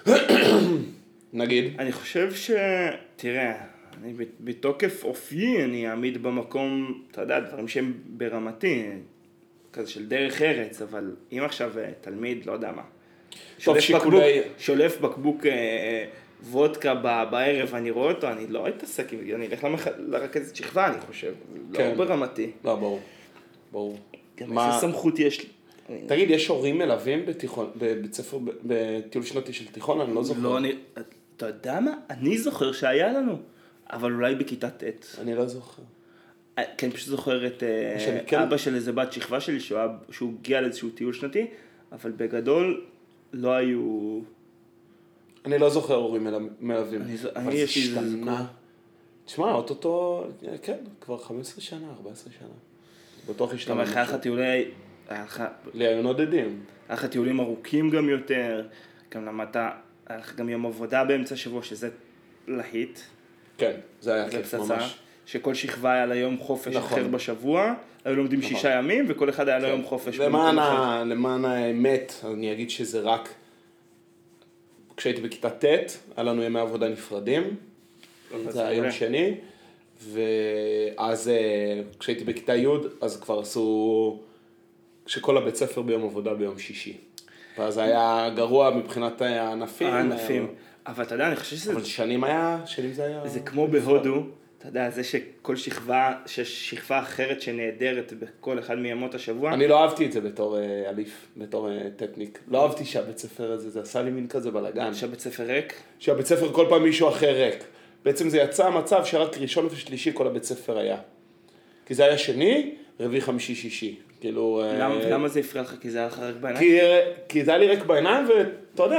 נגיד. אני חושב ש... תראה, אני בתוקף אופי, אני אעמיד במקום, אתה יודע, דברים שהם ברמתי, כזה של דרך ארץ, אבל אם עכשיו תלמיד, לא יודע מה, טוב, שיקולי... שולף בקבוק אה, וודקה ב- בערב, אני רואה אותו, אני לא אתעסק, אני אלך למח... לרכזת שכבה, אני חושב, כן. לא ברמתי. לא, ברור. ברור. גם מה... איזה סמכות יש לי. תגיד, יש הורים מלווים בתיכון, בבית ספר, בטיול שנתי של תיכון? אני לא זוכר. לא, אני... אתה יודע מה? אני זוכר שהיה לנו, אבל אולי בכיתה ט'. אני לא זוכר. כן, פשוט זוכר את כן. אבא של איזה בת שכבה שלי, שהוא, היה, שהוא הגיע לאיזשהו טיול שנתי, אבל בגדול לא היו... אני לא זוכר הורים מלווים. אני, אבל אני זה יש לי איזה השתנה. זכור. תשמע, אוטוטו, כן, כבר חמש עשרה שנה, ארבע עשרה שנה. בטוח גם השתנה. היה לך טיולי... היה לך... לי היו נודדים. היה לך טיולים ארוכים גם יותר, גם למדת... היה לך גם יום עבודה באמצע השבוע, שזה להיט. כן, זה היה זה כיף פצצה. ממש. שכל שכבה היה לה יום חופש נכון. אחר בשבוע, היו לומדים נכון. שישה ימים, וכל אחד היה לו יום חופש. למען, במקום אחר. ה... למען האמת, אני אגיד שזה רק... כשהייתי בכיתה ט', היה לנו ימי עבודה נפרדים. זה היה יום שני. ואז כשהייתי בכיתה י', אז כבר עשו... כשכל הבית ספר ביום עבודה ביום שישי. ואז היה גרוע מבחינת הענפים. הענפים. אבל אתה יודע, אני חושב שזה... אבל שנים היה, שנים זה היה... זה כמו בהודו, אתה יודע, זה שכל שכבה, שיש שכבה אחרת שנהדרת בכל אחד מימות השבוע. אני לא אהבתי את זה בתור אליף, בתור טטניק. לא אהבתי שהבית ספר הזה, זה עשה לי מין כזה בלגן. שהבית ספר ריק? שהבית ספר כל פעם מישהו אחר ריק. בעצם זה יצא מצב שרק ראשון ושלישי כל הבית ספר היה. כי זה היה שני, רביעי, חמישי, שישי. כאילו... למה, למה זה הפריע לך? כי זה היה לך ריק בעיניים? כי, כי זה היה לי ריק בעיניים, ואתה יודע,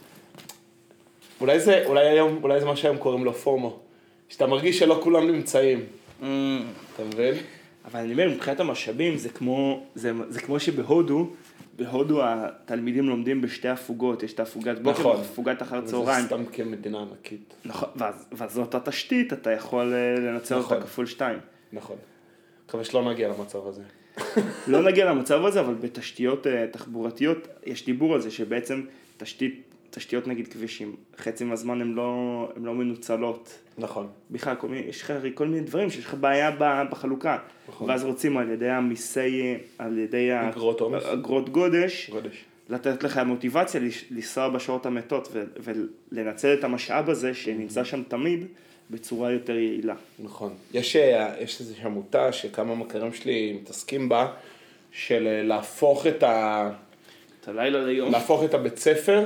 אולי זה, אולי היום, אולי זה מה שהיום קוראים לו פומו. שאתה מרגיש שלא כולם נמצאים. Mm. אתה מבין? אבל אני אומר, מבחינת המשאבים, זה כמו, זה, זה כמו שבהודו, בהודו התלמידים לומדים בשתי הפוגות, יש את הפוגת בוקר, נכון. הפוגת אחר וזה צהריים. סתם כמדינה ענקית. נכון, ואז, ואז זאת התשתית, אתה יכול לנצל נכון. אותה כפול שתיים. נכון. מקווה שלא נגיע למצב הזה. לא נגיע למצב הזה, אבל בתשתיות תחבורתיות יש דיבור על זה שבעצם תשתית, תשתיות נגיד כבישים, חצי מהזמן הן לא, הן לא מנוצלות. נכון. בכלל, כל מיני, יש לך הרי כל מיני דברים שיש לך בעיה בחלוקה. נכון. ואז רוצים על ידי המיסי, על ידי אגרות עומס. אגרות גודש, גודש. לתת לך מוטיבציה לנסוע בשעות המתות ולנצל את המשאב הזה שנמצא שם תמיד בצורה יותר יעילה. נכון. יש, יש איזושהי עמותה שכמה מכרים שלי מתעסקים בה, של להפוך את ה... את הלילה ליום. להפוך את הבית ספר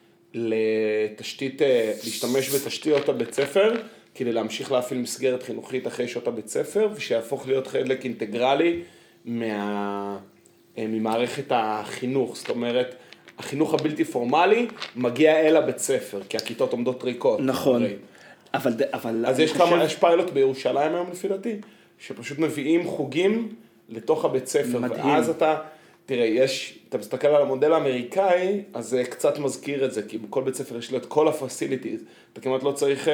לתשתית, להשתמש בתשתיות הבית ספר, כדי להמשיך להפעיל מסגרת חינוכית אחרי שעות הבית ספר, ושיהפוך להיות חלק אינטגרלי מה... ממערכת החינוך. זאת אומרת, החינוך הבלתי פורמלי מגיע אל הבית ספר, כי הכיתות עומדות ריקות. נכון. אבל, אבל אז יש כמה, יש פיילוט בירושלים היום לפי דעתי, שפשוט מביאים חוגים לתוך הבית ספר. מדהים. ואז אתה, תראה, יש, אתה מסתכל על המודל האמריקאי, אז זה קצת מזכיר את זה, כי בכל בית ספר יש לו את כל הפסיליטיז. אתה כמעט לא צריך,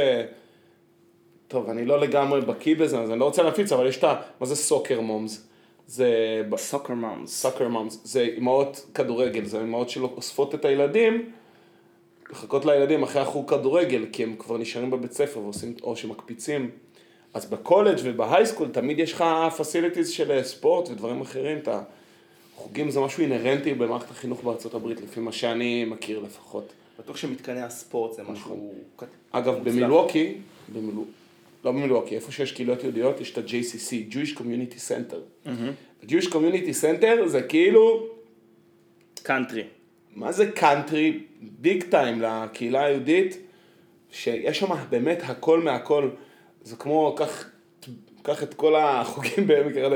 טוב, אני לא לגמרי בקיא בזה, אז אני לא רוצה להפיץ, אבל יש את ה, מה זה סוקר מומס? זה... סוקר מומס. סוקר מומס. זה אמהות כדורגל, זה אמהות שלא אוספות את הילדים, לחכות לילדים אחרי החוג כדורגל, כי הם כבר נשארים בבית ספר ועושים, או שמקפיצים. אז בקולג' ובהייסקול תמיד יש לך פסיליטיז של ספורט ודברים אחרים. את החוגים זה משהו אינרנטי במערכת החינוך בארצות הברית, לפי מה שאני מכיר לפחות. בטוח שמתקני הספורט זה משהו... אגב, במילווקי, במילו... לא במילווקי, איפה שיש קהילות יהודיות, יש את ה-ג'יי סי סי, Jewish Community Center. ה-Jewish Community Center זה כאילו... קאנטרי. מה זה קאנטרי? ביג טיים לקהילה היהודית, שיש שם באמת הכל מהכל. זה כמו, קח, קח את כל החוגים בעמק ירדן,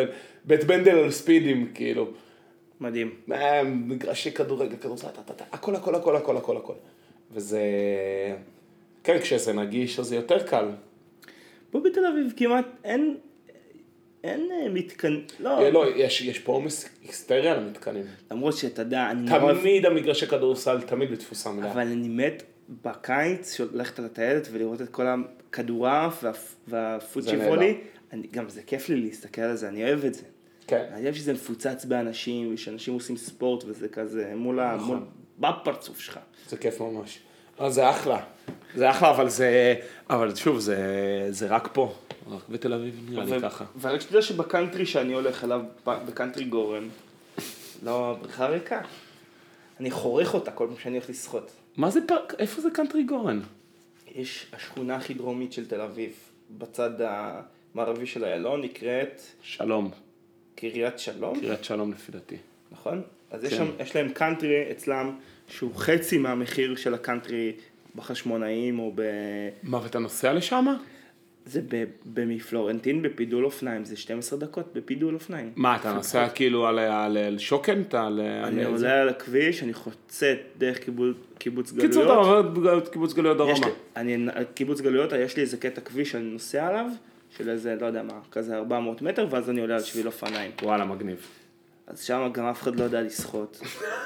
בית בנדל על ספידים, כאילו. מדהים. מגרשי כדורגל, כדורסל, הכל, הכל, הכל, הכל, הכל, הכל. וזה... כן, כשזה נגיש, אז זה יותר קל. פה בתל אביב כמעט אין... אין מתקן... לא, לא, יש, יש פה עומס היסטריה על המתקנים. למרות שאתה יודע, אני נורא... תמיד המגרשי כדורסל, תמיד בתפוסה מלאה. אבל אני מת בקיץ, ללכת על הטיילת ולראות את כל הכדורעף והפוטשי וולי. גם זה כיף לי להסתכל על זה, אני אוהב את זה. כן. אני אוהב שזה מפוצץ באנשים, ושאנשים עושים ספורט וזה כזה מול ה... מול... בפרצוף שלך. זה כיף ממש. אז זה אחלה. זה אחלה, אבל זה... אבל שוב, זה, זה רק פה. רק בתל אביב נראה לי ככה. ואני חושב שבקאנטרי שאני הולך אליו, בקאנטרי גורן, לא, בריכה ריקה. אני חורך אותה כל פעם שאני הולך לשחות. מה זה פארק? איפה זה קאנטרי גורן? יש השכונה הכי דרומית של תל אביב, בצד המערבי של איילון, נקראת... שלום. קריית שלום? קריית שלום לפי דעתי. נכון? אז כן. יש, שם, יש להם קאנטרי אצלם, שהוא חצי מהמחיר של הקאנטרי בחשמונאים או ב... מה, ואתה נוסע לשם? זה במפלורנטין, בפידול אופניים, זה שתים עשרה דקות בפידול אופניים. מה, אתה נוסע כאילו על, על, על שוקן? על, אני על עולה על הכביש, אני חוצה דרך קיבוץ, קיבוץ גלויות. קיצור, אתה עובר קיבוץ גלויות דרומה. לי, אני, קיבוץ גלויות, יש לי איזה קטע כביש שאני נוסע עליו, של איזה, לא יודע מה, כזה ארבע מאות מטר, ואז אני עולה על שביל אופניים. וואלה, מגניב. אז שם גם אף אחד לא יודע לשחות.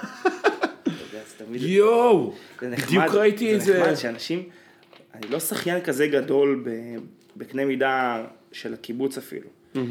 יואו, בדיוק ראיתי את זה. זה נחמד שאנשים, אני לא שחיין כזה גדול בקנה מידה של הקיבוץ אפילו.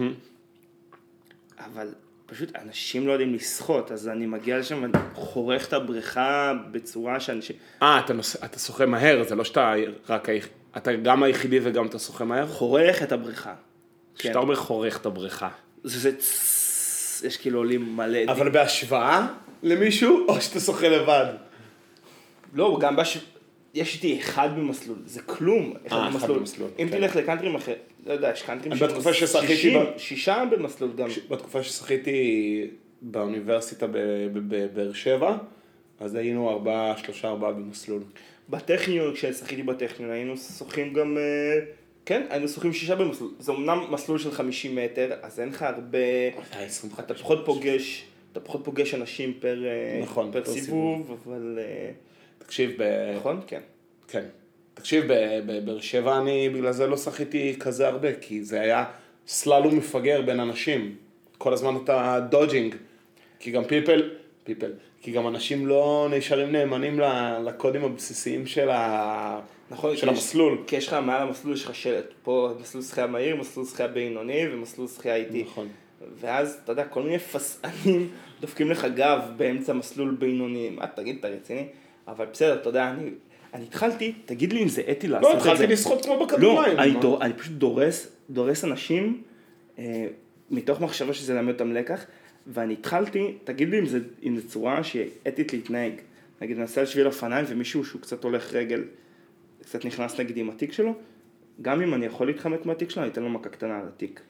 אבל פשוט אנשים לא יודעים לשחות, אז אני מגיע לשם ואני חורך את הבריכה בצורה שאנשים... אה, אתה שוחה מהר, זה לא שאתה רק, אתה גם היחידי וגם אתה שוחה מהר? חורך את הבריכה. כשאתה אומר חורך את הבריכה. זה יש כאילו עולים מלא... אבל בהשוואה למישהו, או שאתה שוחה לבד? לא, גם בהשוואה... יש איתי אחד במסלול, זה כלום, אחד אה, במסלול. אחד במסלול. אם כן. תלך לקאנטרים אחר, לא יודע, יש קאנטרים בתקופה ששחיתי שישים, ב- שישה במסלול גם. בתקופה ששחיתי באוניברסיטה בבאר שבע, אז היינו ארבעה, שלושה ארבעה במסלול. בטכניון, כששחיתי בטכניון, היינו שוחים גם, אה, כן, היינו שוחים שישה במסלול. זה אמנם מסלול של חמישים מטר, אז אין לך הרבה, אתה פחות פוגש, אתה פחות פוגש אנשים פר, אה, נכון, פר פר סיבוב, אבל... אה, תקשיב, ב... נכון? כן. כן. תקשיב, בבאר שבע אני בגלל זה לא שחיתי כזה הרבה, כי זה היה סללום מפגר בין אנשים. כל הזמן אתה דודג'ינג, כי גם פיפל, פיפל, כי גם אנשים לא נשארים נאמנים לקודים הבסיסיים של, ה... נכון, של המסלול. כי יש לך מעל המסלול, יש לך שלט. פה מסלול שחייה מהיר, מסלול שחייה בינוני ומסלול שחייה איטי. נכון. ואז, אתה יודע, כל מיני פסענים דופקים לך גב באמצע מסלול בינוני. מה, תגיד, אתה רציני? אבל בסדר, אתה יודע, אני, אני התחלתי, תגיד לי אם זה אתי לעשות לא, את זה. התחלתי לשחות כמו בכדוריים. לא, אני, דור, אני פשוט דורס, דורס אנשים, אה, מתוך מחשבה שזה למד אותם לקח, ואני התחלתי, תגיד לי אם זה, אם זה צורה שהיא אתית להתנהג. נגיד, ננסה על שביל אופניים ומישהו שהוא קצת הולך רגל, קצת נכנס נגד עם התיק שלו, גם אם אני יכול להתחמק מהתיק שלו, אני אתן לו מכה קטנה על התיק.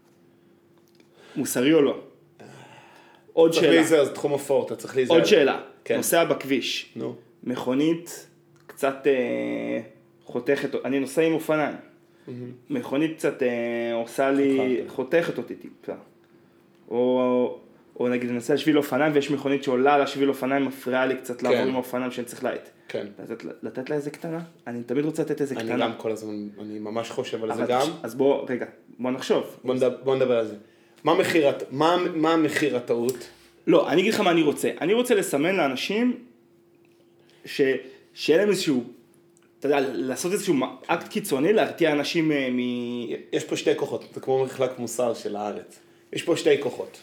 מוסרי או לא? עוד צריך שאלה. להיזהר, זה תחום אפור, אתה צריך להיזהר. עוד שאלה. כן. נוסע בכביש. נו. מכונית קצת אה, חותכת, אני נוסע עם אופניים. מכונית קצת אה, עושה לי, חותכת אותי טיפה. או, או נגיד ננסה על שביל אופניים ויש מכונית שעולה על השביל אופניים, מפריעה לי קצת לעבור עם האופניים שאני צריך להיט. כן. לתת, לתת לה איזה קטנה? אני תמיד רוצה לתת איזה קטנה. אני גם כל הזמן, אני ממש חושב על זה אבל- גם. אז בוא, רגע, בוא נחשוב. בוא נדבר, בוא נדבר על זה. מה מחיר, הט- מה, מה מחיר הטעות? לא, אני אגיד לך מה אני רוצה. אני רוצה לסמן לאנשים ש... שיהיה להם איזשהו, אתה יודע, לעשות איזשהו אקט קיצוני, להרתיע אנשים אה, מ... יש פה שתי כוחות, זה כמו מחלק מוסר של הארץ. יש פה שתי כוחות.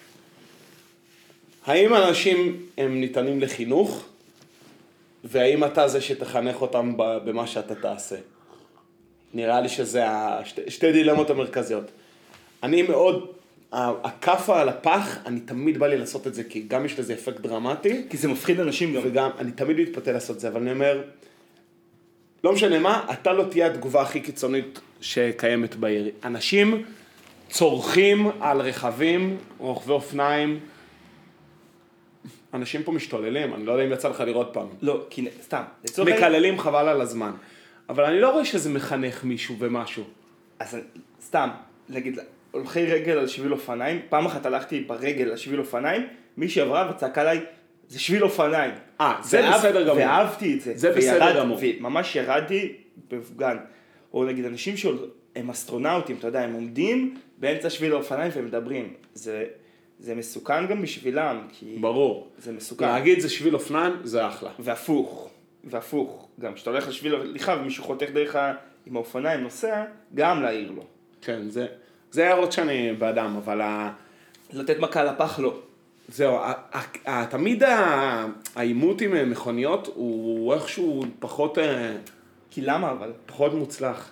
האם אנשים הם ניתנים לחינוך, והאם אתה זה שתחנך אותם במה שאתה תעשה? נראה לי שזה השתי, שתי דילמות המרכזיות. אני מאוד, הכאפה על הפח, אני תמיד בא לי לעשות את זה, כי גם יש לזה אפקט דרמטי, כי זה מפחיד אנשים גם. וגם אני תמיד מתפתה לעשות את זה, אבל אני אומר, לא משנה מה, אתה לא תהיה התגובה הכי קיצונית שקיימת בעיר. אנשים צורכים על רכבים, רוכבי אופניים, אנשים פה משתוללים, אני לא יודע אם יצא לך לראות פעם. לא, כי סתם. לצורך העניין- מקללים חבל על הזמן. אבל אני לא רואה שזה מחנך מישהו ומשהו. אז סתם, נגיד, הולכי רגל על שביל אופניים, פעם אחת הלכתי ברגל על שביל אופניים, מי שעברה וצעקה עליי, זה שביל אופניים. אה, זה בסדר גמור. ואהבתי את זה. זה בסדר גמור. וממש ירדתי בפגן. או נגיד, אנשים שהם אסטרונאוטים, אתה יודע, הם עומדים באמצע שביל האופניים והם מדברים. זה, זה מסוכן גם בשבילם, כי... ברור. זה מסוכן. להגיד זה שביל אופניים, זה אחלה. והפוך, והפוך. גם כשאתה הולך לשביל הליכה ומישהו חותך דרך עם האופניים נוסע, גם להעיר לו. כן, זה, זה הערות שאני באדם, אבל ה... לתת מכה לפח לא. זהו, ה- ה- ה- תמיד העימות עם מכוניות הוא איכשהו פחות, אה, כי למה אבל? פחות מוצלח.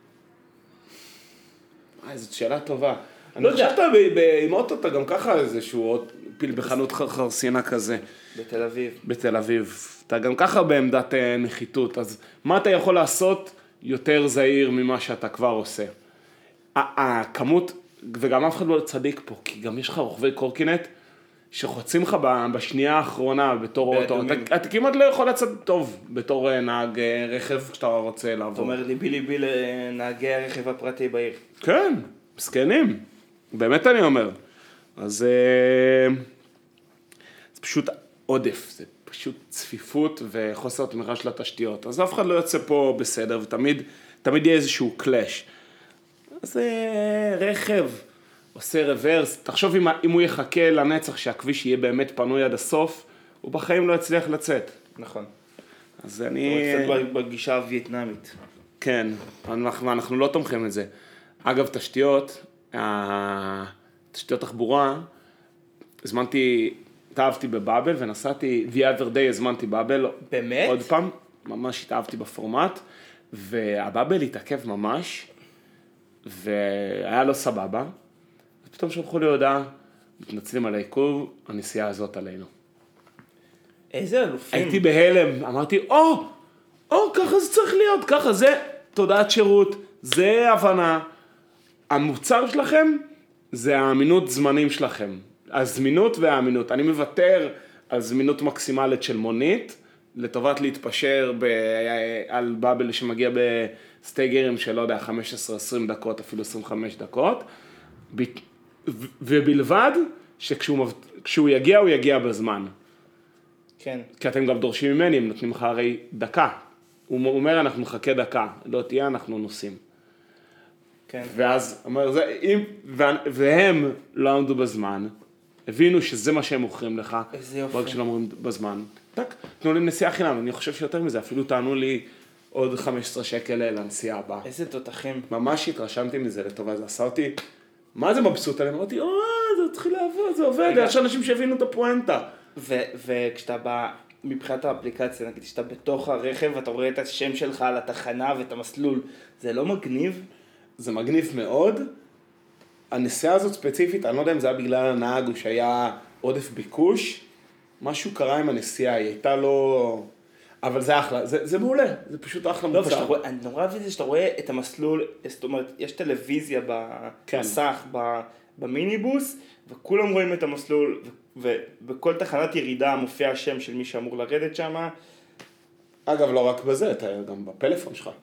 אה, זאת שאלה טובה. אני לא חושב יודע. שאתה ב- ב- עם אוטו אתה גם ככה איזשהו עוד פיל בחנות חר- חרסינה כזה בתל אביב. בתל אביב. אתה גם ככה בעמדת אה, נחיתות, אז מה אתה יכול לעשות יותר זהיר ממה שאתה כבר עושה? ה- הכמות, וגם אף אחד לא צדיק פה, כי גם יש לך רוכבי קורקינט, שחוצים לך ב- בשנייה האחרונה בתור אוטו, באדומים. אתה, אתה כמעט לא יכול לצאת טוב בתור נהג אה, רכב כשאתה רוצה לעבור. אתה אומר ליבי ליבי לנהגי הרכב הפרטי בעיר. כן, מסכנים, באמת אני אומר. אז אה, זה פשוט עודף, זה פשוט צפיפות וחוסר תמיכה של התשתיות. אז אף אחד לא יוצא פה בסדר, ותמיד תמיד יהיה איזשהו קלאש. אז אה, רכב עושה רוורס, תחשוב אם, אם הוא יחכה לנצח שהכביש יהיה באמת פנוי עד הסוף, הוא בחיים לא יצליח לצאת. נכון. אז אני... קצת בגישה הווייטנאמית. כן, אנחנו, אנחנו לא תומכים את זה. אגב, תשתיות, ה- תשתיות תחבורה, הזמנתי, התאהבתי בבאבל ונסעתי, the other day הזמנתי באבל. באמת? עוד פעם, ממש התאהבתי בפורמט, והבאבל התעכב ממש, והיה לו סבבה, ופתאום שלחו לי הודעה, מתנצלים על העיכוב, הנסיעה הזאת עלינו. איזה אלופים. הייתי בהלם, אמרתי, או, או, ככה זה צריך להיות, ככה זה תודעת שירות, זה הבנה. המוצר שלכם זה האמינות זמנים שלכם, הזמינות והאמינות. אני מוותר על זמינות מקסימלית של מונית, לטובת להתפשר ב, על באבל שמגיע בסטייגרים של, לא יודע, חמש עשרה עשרים דקות, אפילו עשרים וחמש דקות, ב, ו, ובלבד שכשהוא כשהוא יגיע, הוא יגיע בזמן. כן. כי אתם גם דורשים ממני, הם נותנים לך הרי דקה. הוא אומר, אנחנו נחכה דקה, לא תהיה, אנחנו נוסעים. כן. ואז, אומר, זה, אם, והם לא עמדו בזמן, הבינו שזה מה שהם מוכרים לך. איזה יופי. ברגע שלא אומרים בזמן. טק, תנו לי נסיעה חינם, אני חושב שיותר מזה, אפילו טענו לי עוד חמישה עשר שקל לנסיעה הבאה. איזה תותחים. ממש התרשמתי מזה לטובה, זה עשה אותי, מה זה מבסוט עליהם? אמרתי, או, זה התחיל לעבוד, זה עובד, יש אנשים שהבינו את הפואנטה. ו- וכשאתה בא, מבחינת האפליקציה, נגיד שאתה בתוך הרכב, אתה רואה את השם שלך על התחנה ואת המסלול, זה לא מגניב? זה מגניב מאוד. הנסיעה הזאת ספציפית, אני לא יודע אם זה היה בגלל הנהג או שהיה עודף ביקוש, משהו קרה עם הנסיעה, היא הייתה לא... אבל זה אחלה, זה, זה מעולה, זה פשוט אחלה לא, מוצר. רואה, אני נורא אוהב את זה שאתה רואה את המסלול, זאת אומרת, יש טלוויזיה במסך, כן. במיניבוס, וכולם רואים את המסלול, ובכל תחנת ירידה מופיע השם של מי שאמור לרדת שם. אגב, לא רק בזה, אתה גם בפלאפון שלך.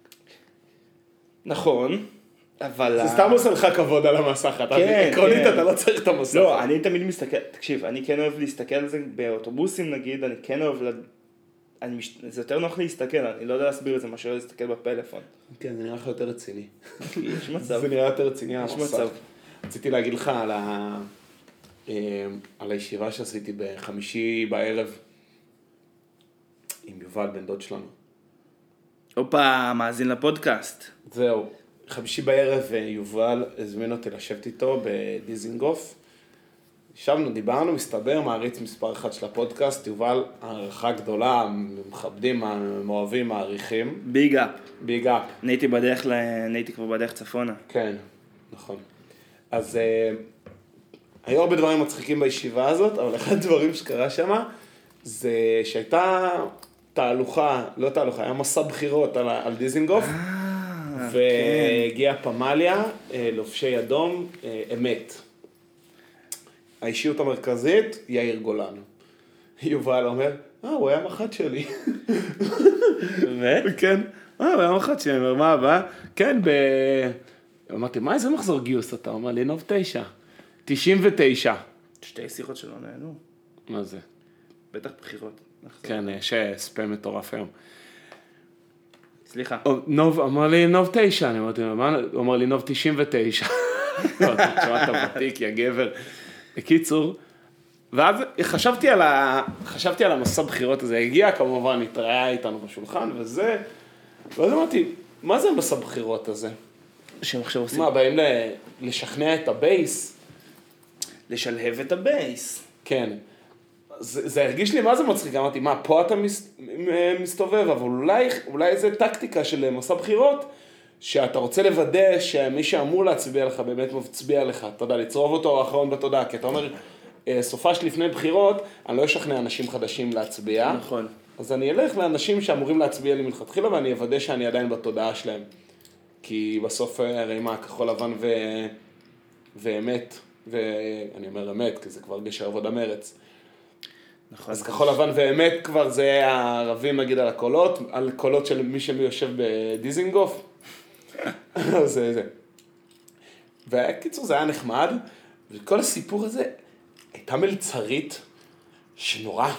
נכון, אבל... זה סתם עושה לך כבוד על המסך, אתה כן, עקרונית כן. אתה לא צריך את המסך. לא, אני תמיד מסתכל, תקשיב, אני כן אוהב להסתכל על זה באוטובוסים נגיד, אני כן אוהב, ל... אני מש... זה יותר נוח להסתכל, אני לא יודע להסביר את זה מאשר להסתכל בפלאפון. כן, זה נראה לך יותר רציני. יש מצב. זה נראה יותר רציני על יש המסך. מצב. רציתי להגיד לך על, ה... על הישיבה שעשיתי בחמישי בערב עם יובל בן דוד שלנו. הופה, מאזין לפודקאסט. זהו, חמישי בערב יובל הזמין אותי לשבת איתו בדיזינגוף. ישבנו, דיברנו, מסתבר, מעריץ מספר אחד של הפודקאסט, יובל, הערכה גדולה, מכבדים, מאוהבים, מעריכים. ביג אפ. ביג אפ. נהייתי בדרך, ל... נהייתי כבר בדרך צפונה. כן, נכון. אז אה, היו הרבה דברים מצחיקים בישיבה הזאת, אבל אחד הדברים שקרה שם, זה שהייתה תהלוכה, לא תהלוכה, היה מסע בחירות על, על דיזינגוף, והגיעה פמליה, לובשי אדום, אמת. האישיות המרכזית, יאיר גולן. יובל אומר, אה, הוא היה מח"ט שלי. באמת? כן, אה, הוא היה מח"ט שלי, אני אומר, מה הבא? כן, ב... אמרתי, מה איזה מחזור גיוס אתה? הוא אמר לי, נוב תשע. תשעים ותשע. שתי שיחות שלא נהנו. מה זה? בטח בחירות. כן, יש ספאם מטורף היום. סליחה. נוב, אמר לי, נוב תשע. אני אמרתי, הוא אמר לי, נוב תשעים ותשע. תשמע, אתה ותיק, יא גבר. בקיצור, ואז חשבתי על, ה... חשבתי על המסע בחירות הזה, הגיע כמובן, התראה איתנו בשולחן וזה, ואז אמרתי, מה זה המסע בחירות הזה? שהם עכשיו עושים. מה, באים ל... לשכנע את הבייס? לשלהב את הבייס. כן. זה, זה הרגיש לי מה זה מצחיק, אמרתי, מה, פה אתה מס... מסתובב, אבל אולי, אולי איזה טקטיקה של מסע בחירות, שאתה רוצה לוודא שמי שאמור להצביע לך באמת מצביע לך, אתה יודע, לצרוב אותו האחרון בתודעה, כי אתה אומר, סופש לפני בחירות, אני לא אשכנע אנשים חדשים להצביע. נכון. אז אני אלך לאנשים שאמורים להצביע לי מלכתחילה, ואני אוודא שאני עדיין בתודעה שלהם. כי בסוף הרי מה, כחול לבן ו... ואמת, ואני אומר אמת, כי זה כבר גשר עבודה מרץ. נכון. אז כחול לבן ואמת כבר זה הערבים נגיד על הקולות, על קולות של מי שמי יושב בדיזינגוף. זה זה. והקיצור זה היה נחמד, וכל הסיפור הזה הייתה מלצרית שנורא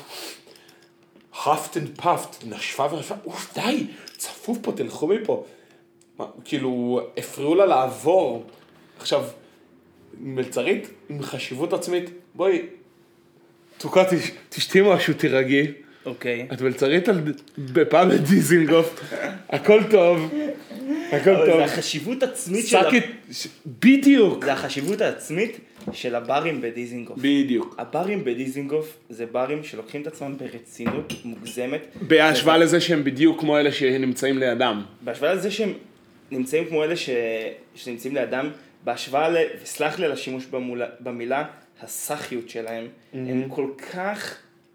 huffed and puffed, נשפה ונשפה, אוף די, צפוף פה, תלכו מפה. מה, כאילו הפריעו לה לעבור. עכשיו, מלצרית עם חשיבות עצמית, בואי, תוקע, תשתי משהו, תירגעי. אוקיי. את מלצרית בפעם לדיזינגוף, הכל טוב, הכל אבל טוב. זה החשיבות עצמית של... סאקית, בדיוק. זה החשיבות העצמית של הברים בדיזינגוף. בדיוק. הברים בדיזינגוף זה ברים שלוקחים את עצמם ברצינות מוגזמת. בהשוואה לזה שהם בדיוק כמו אלה שנמצאים לידם. בהשוואה לזה שהם נמצאים כמו אלה ש... שנמצאים לידם, בהשוואה ל... וסלח לי על השימוש במולה... במילה, הסחיות שלהם, mm-hmm. הם כל כך...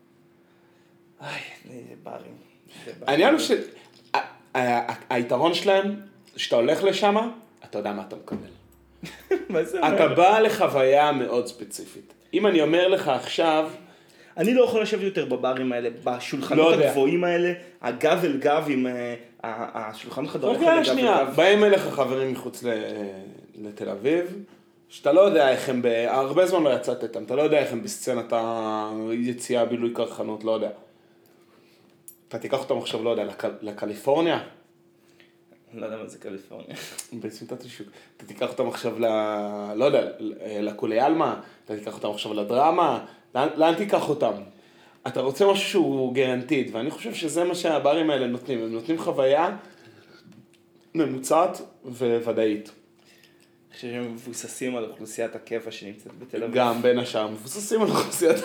איי, זה ברים. העניין הוא שהיתרון שלהם, שאתה הולך לשם, אתה יודע מה אתה מקבל. מה זה אומר? אתה בא לחוויה מאוד ספציפית. אם אני אומר לך עכשיו... אני לא יכול לשבת יותר בברים האלה, בשולחנות הגבוהים האלה, הגב אל גב עם השולחן חדריך לגב אל גב. באים אליך חברים מחוץ לתל אביב, שאתה לא יודע איך הם, הרבה זמן לא יצאת איתם, אתה לא יודע איך הם בסצנת היציאה בילוי קרחנות, לא יודע. אתה תיקח אותם עכשיו, לא יודע, לקליפורניה? לא יודע מה זה קליפורניה. בסמטת השוק. אתה תיקח אותם עכשיו ל... לא יודע, לקולי אלמה, אתה תיקח אותם עכשיו לדרמה, לאן, לאן תיקח אותם? אתה רוצה משהו שהוא גרנטיד, ואני חושב שזה מה שהברים האלה נותנים. הם נותנים חוויה ממוצעת וודאית. אני חושב שהם מבוססים על אוכלוסיית הקבע שנמצאת בתל אביב. גם בין השאר, מבוססים על אוכלוסיית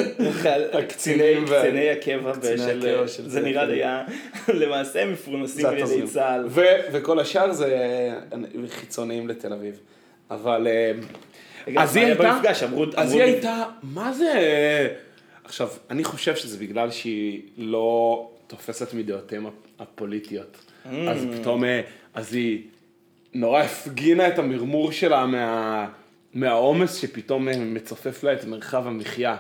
הקציני הקבע, זה נראה לי למעשה מפורנסים על ידי צה"ל. וכל השאר זה חיצוניים לתל אביב. אבל... אז היא הייתה... אז היא הייתה... מה זה... עכשיו, אני חושב שזה בגלל שהיא לא תופסת מדעותיהם הפוליטיות. אז פתאום... אז היא... נורא הפגינה את המרמור שלה מה, מהעומס שפתאום מצופף לה את מרחב המחיה.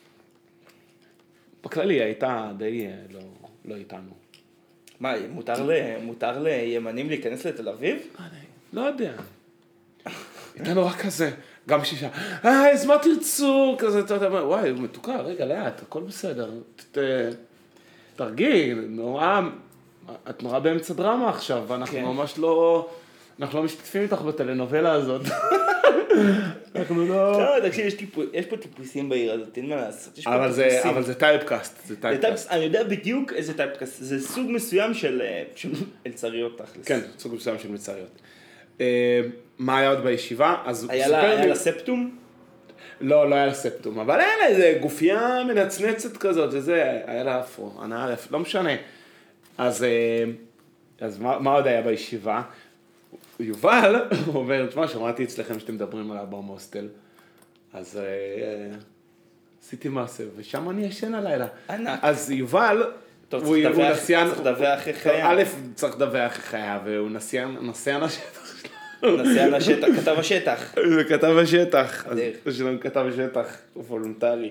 בכללי הייתה די לא, לא איתנו. מה, מותר, ל, מותר לימנים להיכנס לתל אביב? לא יודע. הייתה נורא כזה, גם שישה, אה, אז מה תרצו? כזה, אתה יודע, וואי, מתוקה, רגע, לאט, הכל בסדר. ת, תרגיל, נורא, את נורא באמצע דרמה עכשיו, ואנחנו כן. ממש לא... אנחנו לא משתתפים איתך בטלנובלה הזאת. אנחנו לא... לא, תקשיב, יש פה טיפוסים בעיר הזאת, אין מה לעשות. אבל זה טייפקאסט, זה טייפקאסט. אני יודע בדיוק איזה טייפקאסט, זה סוג מסוים של מלצריות תכלס. כן, סוג מסוים של מלצריות. מה היה עוד בישיבה? היה לה ספטום? לא, לא היה לה ספטום, אבל היה לה איזה גופייה מנצנצת כזאת, וזה, היה לה אפרו, ענה ערף, לא משנה. אז מה עוד היה בישיבה? יובל אומר, תשמע, שמעתי אצלכם שאתם מדברים על אבא מוסטל, אז עשיתי מעשה, ושם אני ישן הלילה. אז יובל, הוא נסיין... צריך לדווח איך היה. א', צריך לדווח איך היה, והוא נסיין השטח שלו. נסיין השטח, כתב השטח. זה כתב השטח, אז יש לנו כתב השטח, הוא וולונטרי.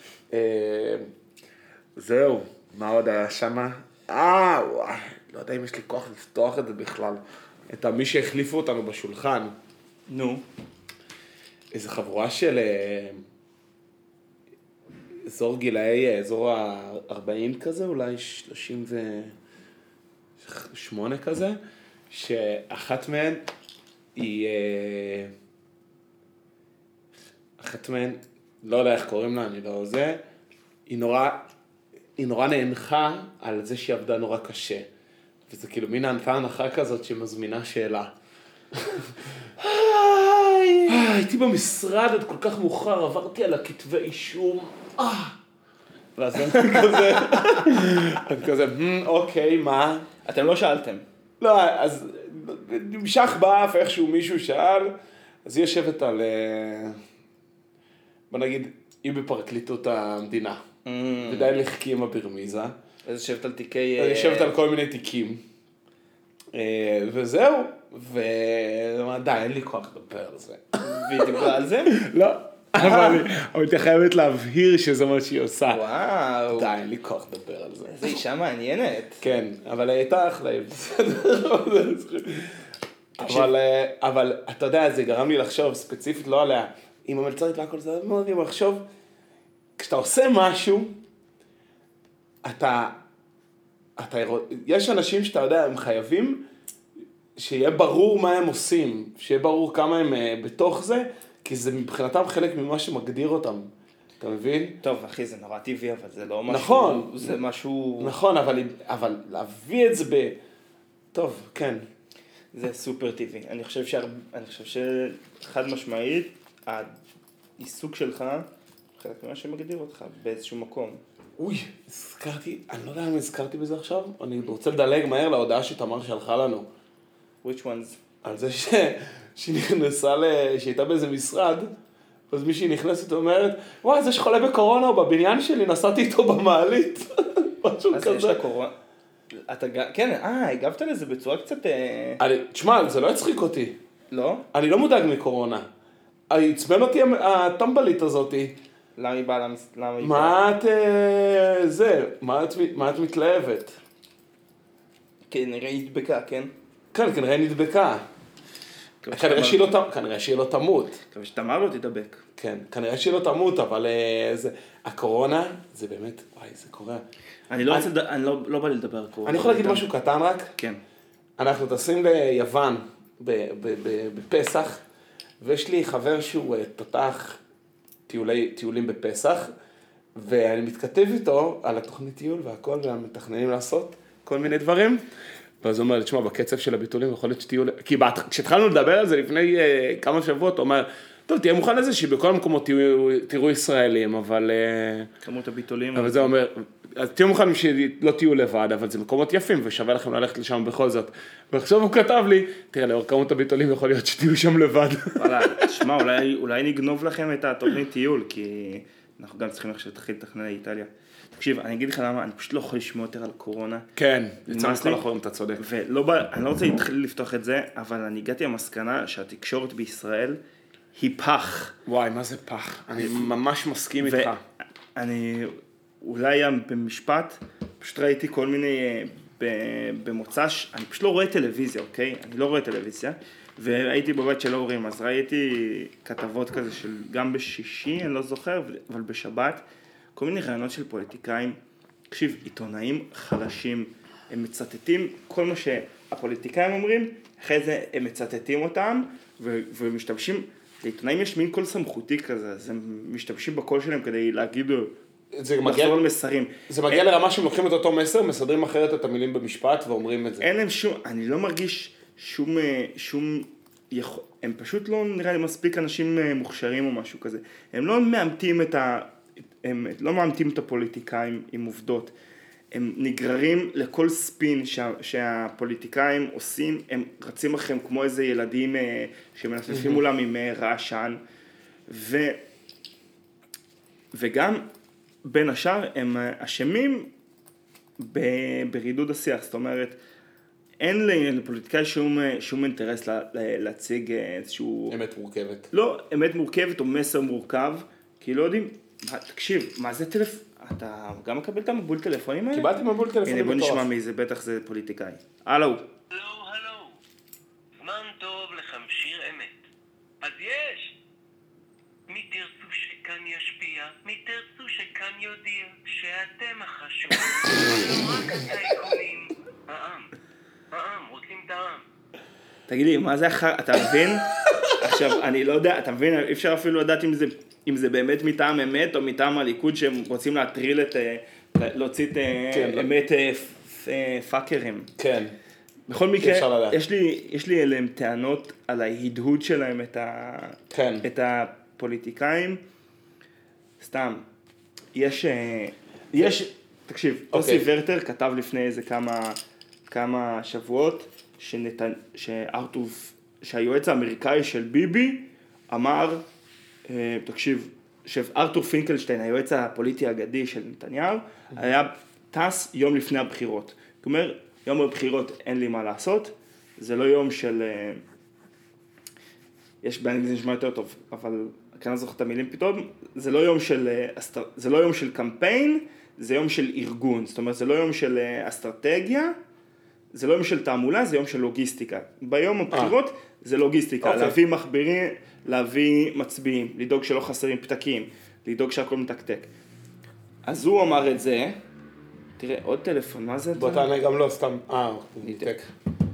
זהו, מה עוד היה שמה? אה, וואי, לא יודע אם יש לי כוח לפתוח את זה בכלל. את מי שהחליפו אותנו בשולחן. נו. איזו חבורה של אזור גילאי, אזור ה-ארבעים כזה, אולי שלושים ושמונה כזה, שאחת מהן היא, אחת מהן, לא יודע איך קוראים לה, אני לא זה, היא נורא, היא נורא נאנחה על זה שהיא עבדה נורא קשה. וזה כאילו מין הנחה הנחה כזאת שמזמינה שאלה. הייתי במשרד עד כל כך מאוחר, עברתי על הכתבי אישום. ואז אני כזה, אני כזה, אוקיי, מה? אתם לא שאלתם. לא, אז נמשך באף איכשהו מישהו שאל, אז היא יושבת על, בוא נגיד, היא בפרקליטות המדינה. ודי לחכים הברמיזה. אז יושבת על תיקי... יושבת על כל מיני תיקים. וזהו, ודי, אין לי כוח לדבר על זה. והיא דיברה על זה? לא, אבל היא חייבת להבהיר שזה מה שהיא עושה. וואו. די, אין לי כוח לדבר על זה. איזו אישה מעניינת. כן, אבל היא הייתה אחלה, בסדר. אבל אתה יודע, זה גרם לי לחשוב ספציפית לא עליה. עם המלצרית והכל זה מאוד לי לחשוב, כשאתה עושה משהו, אתה, אתה, יש אנשים שאתה יודע, הם חייבים שיהיה ברור מה הם עושים, שיהיה ברור כמה הם בתוך זה, כי זה מבחינתם חלק ממה שמגדיר אותם. אתה מבין? טוב, אחי, זה נורא טבעי, אבל זה לא משהו... נכון. זה משהו... נכון, אבל, אבל להביא את זה ב... טוב, כן. זה סופר טבעי. אני חושב שה... אני חושב שחד משמעית, העיסוק שלך, חלק ממה שמגדיר אותך באיזשהו מקום. אוי, הזכרתי, אני לא יודע אם הזכרתי בזה עכשיו, אני רוצה לדלג מהר להודעה שתמר שלחה לנו. Which ones? על זה ש... שהיא נכנסה, ל... שהייתה באיזה משרד, אז מישהי נכנסת ואומרת, וואי, זה שחולה בקורונה, הוא בבניין שלי, נסעתי איתו במעלית. משהו כזה. אז יש לה קורונה. אתה גם, כן, אה, הגבת לזה בצורה קצת... אני, תשמע, זה לא יצחיק אותי. לא? אני לא מודאג מקורונה. הצבן אותי הטמבלית הזאת. למה היא באה? למה היא באה? מה את... זה, מה את, מה את מתלהבת? כנראה היא הדבקה, כן? כן, כנראה נדבקה. כנראה שהיא לא, כנראה שהיא לא תמות. כנראה שתמר לא תדבק. כן, כנראה שהיא לא תמות, אבל זה... הקורונה, זה באמת... וואי, זה קורה. אני לא רוצה... אני לא בא לי לדבר על קורונה. אני יכול להגיד משהו קטן רק? כן. אנחנו טסים ליוון בפסח, ויש לי חבר שהוא תותח טיולים בפסח, ואני מתכתב איתו על התוכנית טיול והכל, ומתכננים לעשות כל מיני דברים. ואז הוא אומר לי, תשמע, בקצב של הביטולים יכול להיות שטיול... כי כשהתחלנו לדבר על זה לפני כמה שבועות, הוא אומר, טוב, תהיה מוכן לזה שבכל המקומות תראו ישראלים, אבל... כמות הביטולים... אבל זה אומר... אז תהיו מוכנים שלא תהיו לבד, אבל זה מקומות יפים, ושווה לכם ללכת לשם בכל זאת. ועכשיו הוא כתב לי, תראה, לאור כמות הביטולים יכול להיות שתהיו שם לבד. וואלה, תשמע, אולי, אולי נגנוב לכם את התוכנית טיול, כי אנחנו גם צריכים עכשיו להתחיל לתכנן לאיטליה. תקשיב, אני אגיד לך למה, אני פשוט לא יכול לשמוע יותר על קורונה. כן, יצא מכל החורים, אתה צודק. ולא בא, אני לא רוצה להתחיל לפתוח את זה, אבל אני הגעתי למסקנה שהתקשורת בישראל היא פח. וואי, מה זה פח? אני ממש מסכים איתך. אני... אולי במשפט, פשוט ראיתי כל מיני, במוצ"ש, אני פשוט לא רואה טלוויזיה, אוקיי? אני לא רואה טלוויזיה, והייתי בבית של ההורים, אז ראיתי כתבות כזה של גם בשישי, אני לא זוכר, אבל בשבת, כל מיני רעיונות של פוליטיקאים, תקשיב, עיתונאים חלשים, הם מצטטים כל מה שהפוליטיקאים אומרים, אחרי זה הם מצטטים אותם, ומשתמשים, לעיתונאים יש מין קול סמכותי כזה, אז הם משתמשים בקול שלהם כדי להגיד, זה מגיע, מסרים. זה מגיע לרמה שהם לוקחים את אותו מסר, מסדרים אחרת את המילים במשפט ואומרים את זה. אין להם שום, אני לא מרגיש שום, שום, הם פשוט לא נראה לי מספיק אנשים מוכשרים או משהו כזה. הם לא מאמתים את ה, הם לא מאמתים את הפוליטיקאים עם עובדות. הם נגררים לכל ספין שה, שהפוליטיקאים עושים, הם רצים לכם כמו איזה ילדים שמנפנפים מולם עם רעשן. ו, וגם, בין השאר הם אשמים ברידוד השיח, זאת אומרת, אין לפוליטיקאי שום, שום אינטרס לה, להציג איזשהו... אמת מורכבת. לא, אמת מורכבת או מסר מורכב, כי לא יודעים, תקשיב, מה זה טלפון? אתה גם מקבל את המבול טלפונים האלה? קיבלתי מבול טלפונים הנה, בוא בטורף. נשמע מי זה, בטח זה פוליטיקאי. הלו. הלו, הלו. זמן טוב לחמשיר אמת. שכאן ישפיע, מי תרצו שכאן יודיע, שאתם החשובים, רק הטייקונים, העם, העם, רוצים את העם. תגיד לי, מה זה אחר, אתה מבין? עכשיו, אני לא יודע, אתה מבין, אי אפשר אפילו לדעת אם זה, אם זה באמת מטעם אמת או מטעם הליכוד שהם רוצים להטריל את, להוציא את כן, אמת פאקרים. כן. בכל מקרה, יש לי, יש לי אליהם טענות על ההדהוד שלהם את, ה, כן. את הפוליטיקאים. סתם, יש, יש, תקשיב, אוסי ורטר כתב לפני איזה כמה, כמה שבועות, שנתן, שארטוף, שהיועץ האמריקאי של ביבי אמר, תקשיב, שארתור פינקלשטיין, היועץ הפוליטי האגדי של נתניהו, היה טס יום לפני הבחירות. זאת אומרת, יום הבחירות אין לי מה לעשות, זה לא יום של, יש באנגלית זה נשמע יותר טוב, אבל כאן זוכר את המילים פתאום, זה לא יום של, זה לא יום של קמפיין, זה יום של ארגון, זאת אומרת, זה לא יום של אסטרטגיה, זה לא יום של תעמולה, זה יום של לוגיסטיקה. ביום הבחירות זה לוגיסטיקה, להביא מחברים, להביא מצביעים, לדאוג שלא חסרים פתקים, לדאוג שהכל מתקתק. אז הוא אמר את זה, תראה, עוד טלפון, מה זה? בוא תענה גם לא, סתם, אה, ניתק.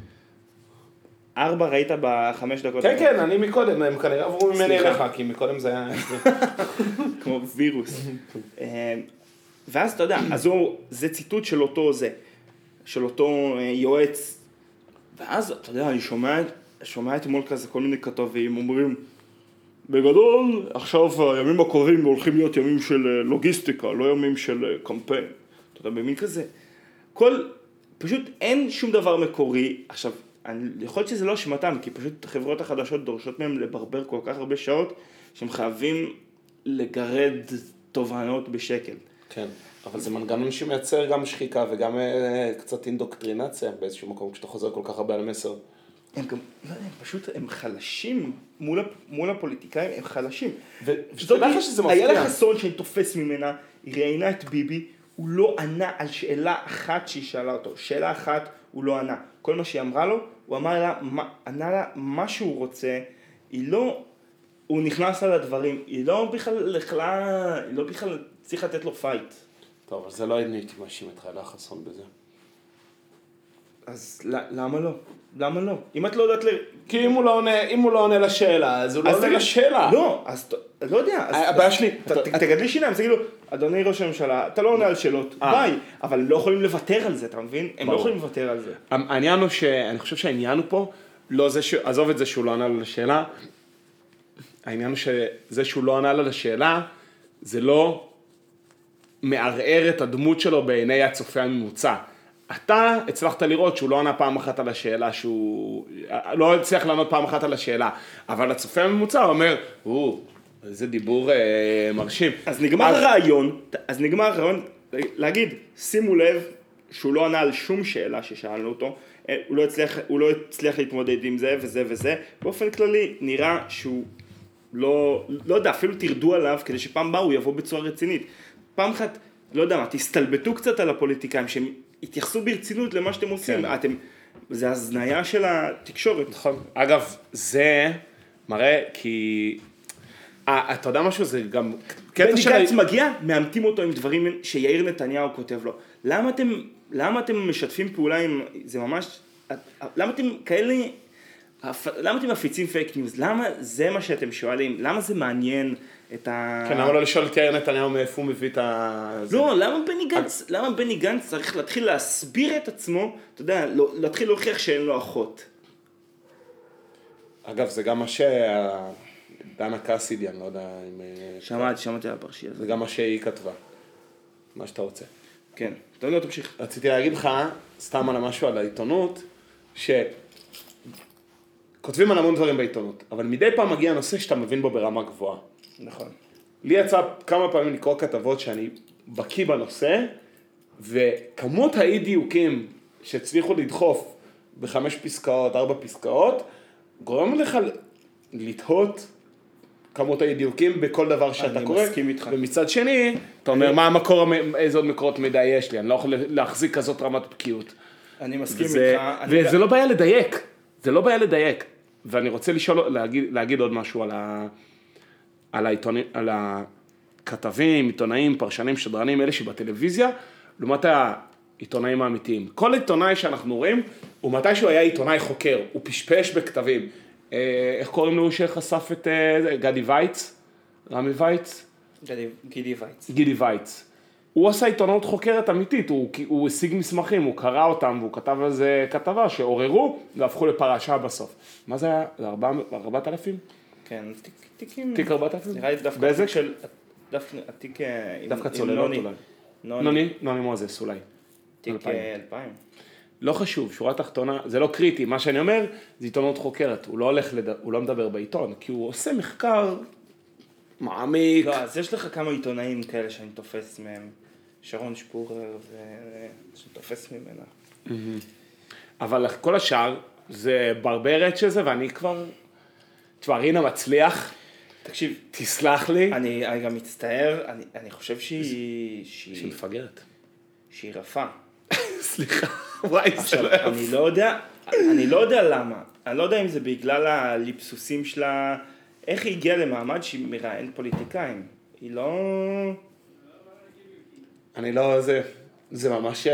ארבע ראית בחמש דקות? כן, כן, אני מקודם, הם כנראה עברו ממני אליך, כי מקודם זה היה... כמו וירוס. ואז אתה יודע, אז זה ציטוט של אותו זה, של אותו יועץ, ואז אתה יודע, אני שומע, שומע את מול כזה כל מיני כתבים, אומרים, בגדול, עכשיו הימים הקרובים הולכים להיות ימים של לוגיסטיקה, לא ימים של קמפיין. אתה יודע, במין כזה. כל, פשוט אין שום דבר מקורי. עכשיו, אני, יכול להיות שזה לא אשמתם, כי פשוט החברות החדשות דורשות מהם לברבר כל כך הרבה שעות, שהם חייבים לגרד תובנות בשקל. כן, אבל זה מנגנון שמייצר גם שחיקה וגם אה, קצת אינדוקטרינציה באיזשהו מקום, כשאתה חוזר כל כך הרבה על המסר. הם גם, לא יודע, הם פשוט, הם חלשים מול, מול הפוליטיקאים, הם חלשים. ושתדע לך שזה מפתיע. איילה חסון שאני תופס ממנה, היא ראיינה את ביבי, הוא לא ענה על שאלה אחת שהיא שאלה אותו. שאלה אחת הוא לא ענה. כל מה שהיא אמרה לו, הוא אמר לה, מה, ענה לה מה שהוא רוצה, היא לא, הוא נכנס על הדברים, היא לא בכלל לכלה, היא לא בכלל צריך לתת לו פייט. טוב, אבל זה לא הייתי מאשים את איילה חסון בזה. אז למה לא? למה לא? אם את לא יודעת ל... כי אם הוא לא עונה, אם הוא לא עונה לשאלה, אז הוא לא עונה לשאלה. לא, אז לא יודע. הבעיה שלי. תגדלי שיניים, תגידו, אדוני ראש הממשלה, אתה לא עונה על שאלות, ביי. אבל לא יכולים לוותר על זה, אתה מבין? הם לא יכולים לוותר על זה. העניין הוא שאני חושב שהעניין הוא פה, לא זה ש... עזוב את זה שהוא לא ענה לשאלה, העניין הוא שזה שהוא לא ענה לשאלה, זה לא מערער את הדמות שלו בעיני הצופה הממוצע. אתה הצלחת לראות שהוא לא ענה פעם אחת על השאלה, שהוא לא הצליח לענות פעם אחת על השאלה, אבל הצופה הממוצע אומר, או, איזה דיבור אה, מרשים. אז נגמר אז... הרעיון, אז נגמר הרעיון, להגיד, שימו לב שהוא לא ענה על שום שאלה ששאלנו אותו, הוא לא הצליח, הוא לא הצליח להתמודד עם זה וזה וזה, באופן כללי נראה שהוא לא, לא יודע, אפילו תרדו עליו כדי שפעם בא הוא יבוא בצורה רצינית. פעם אחת, לא יודע מה, תסתלבטו קצת על הפוליטיקאים שהם התייחסו ברצינות למה שאתם עושים, כן. אתם, זה הזניה של התקשורת. נכון. אגב, זה מראה כי, אה, אתה יודע משהו, זה גם... בני גנץ מגיע, מאמתים אותו עם דברים שיאיר נתניהו כותב לו. למה אתם, למה אתם משתפים פעולה עם, זה ממש, למה אתם כאלה, למה אתם מפיצים פייק ניוז? למה זה מה שאתם שואלים? למה זה מעניין את ה... כן, למה לא לשאול את יאיר נתניהו מאיפה הוא מביא את ה... לא, למה בני גנץ, למה בני גנץ צריך להתחיל להסביר את עצמו, אתה יודע, להתחיל להוכיח שאין לו אחות? אגב, זה גם מה ש... דנה קסידי, אני לא יודע אם... שמעתי, שמעתי על הפרשי הזה. זה גם מה שהיא כתבה. מה שאתה רוצה. כן, אתה לא תמשיך. רציתי להגיד לך, סתם על משהו על העיתונות, ש... כותבים על המון דברים בעיתונות, אבל מדי פעם מגיע נושא שאתה מבין בו ברמה גבוהה. נכון. לי יצא כמה פעמים לקרוא כתבות שאני בקיא בנושא, וכמות האי דיוקים שהצליחו לדחוף בחמש פסקאות, ארבע פסקאות, גורם לך לתהות כמות האי דיוקים בכל דבר שאתה קורא. אני מסכים איתך. ומצד שני, אתה אומר, מה המקור, איזה עוד מקורות מידע יש לי? אני לא יכול להחזיק כזאת רמת בקיאות. אני מסכים איתך. וזה לא בעיה לדייק. זה לא בעיה לדייק. ואני רוצה לשאול, להגיד, להגיד עוד משהו על ה... על העיתונים, על כתבים, עיתונאים, פרשנים, שדרנים, אלה שבטלוויזיה, לעומת העיתונאים האמיתיים. כל עיתונאי שאנחנו רואים, הוא מתישהו היה עיתונאי חוקר, הוא פשפש בכתבים. איך קוראים לו שחשף את גדי וייץ? רמי וייץ? גידי וייץ. גידי וייץ. הוא עשה עיתונות חוקרת אמיתית, הוא, הוא השיג מסמכים, הוא קרא אותם, והוא כתב על זה כתבה שעוררו, והפכו לפרשה בסוף. מה זה היה? זה ארבעת אלפים? כן, תיקים... תיק ארבעת אלפים? נראה לי דווקא... בזק? של... התיק... דווקא צוללות אולי. נוני, נוני מוזס אולי. תיק אלפיים. לא חשוב, שורה תחתונה, זה לא קריטי, מה שאני אומר, זה עיתונות חוקרת, הוא לא הולך, לד... הוא לא מדבר בעיתון, כי הוא עושה מחקר מעמיק. לא, אז יש לך כמה עיתונאים כאלה שאני תופס מהם, שרון שפורר, שאני תופס ממנה. אבל כל השאר, זה ברברת שזה, ואני כבר, תשמע, רינה מצליח, תקשיב, תסלח לי. אני, אני גם מצטער, אני, אני חושב שהיא... שהיא מפגרת. שהיא רפה. סליחה, וואי, זה לא יפה. אני לא יודע, אני לא יודע למה. אני לא יודע אם זה בגלל הליפסוסים שלה, איך היא הגיעה למעמד שהיא מראיינת פוליטיקאים. היא לא... אני לא, זה, זה ממש...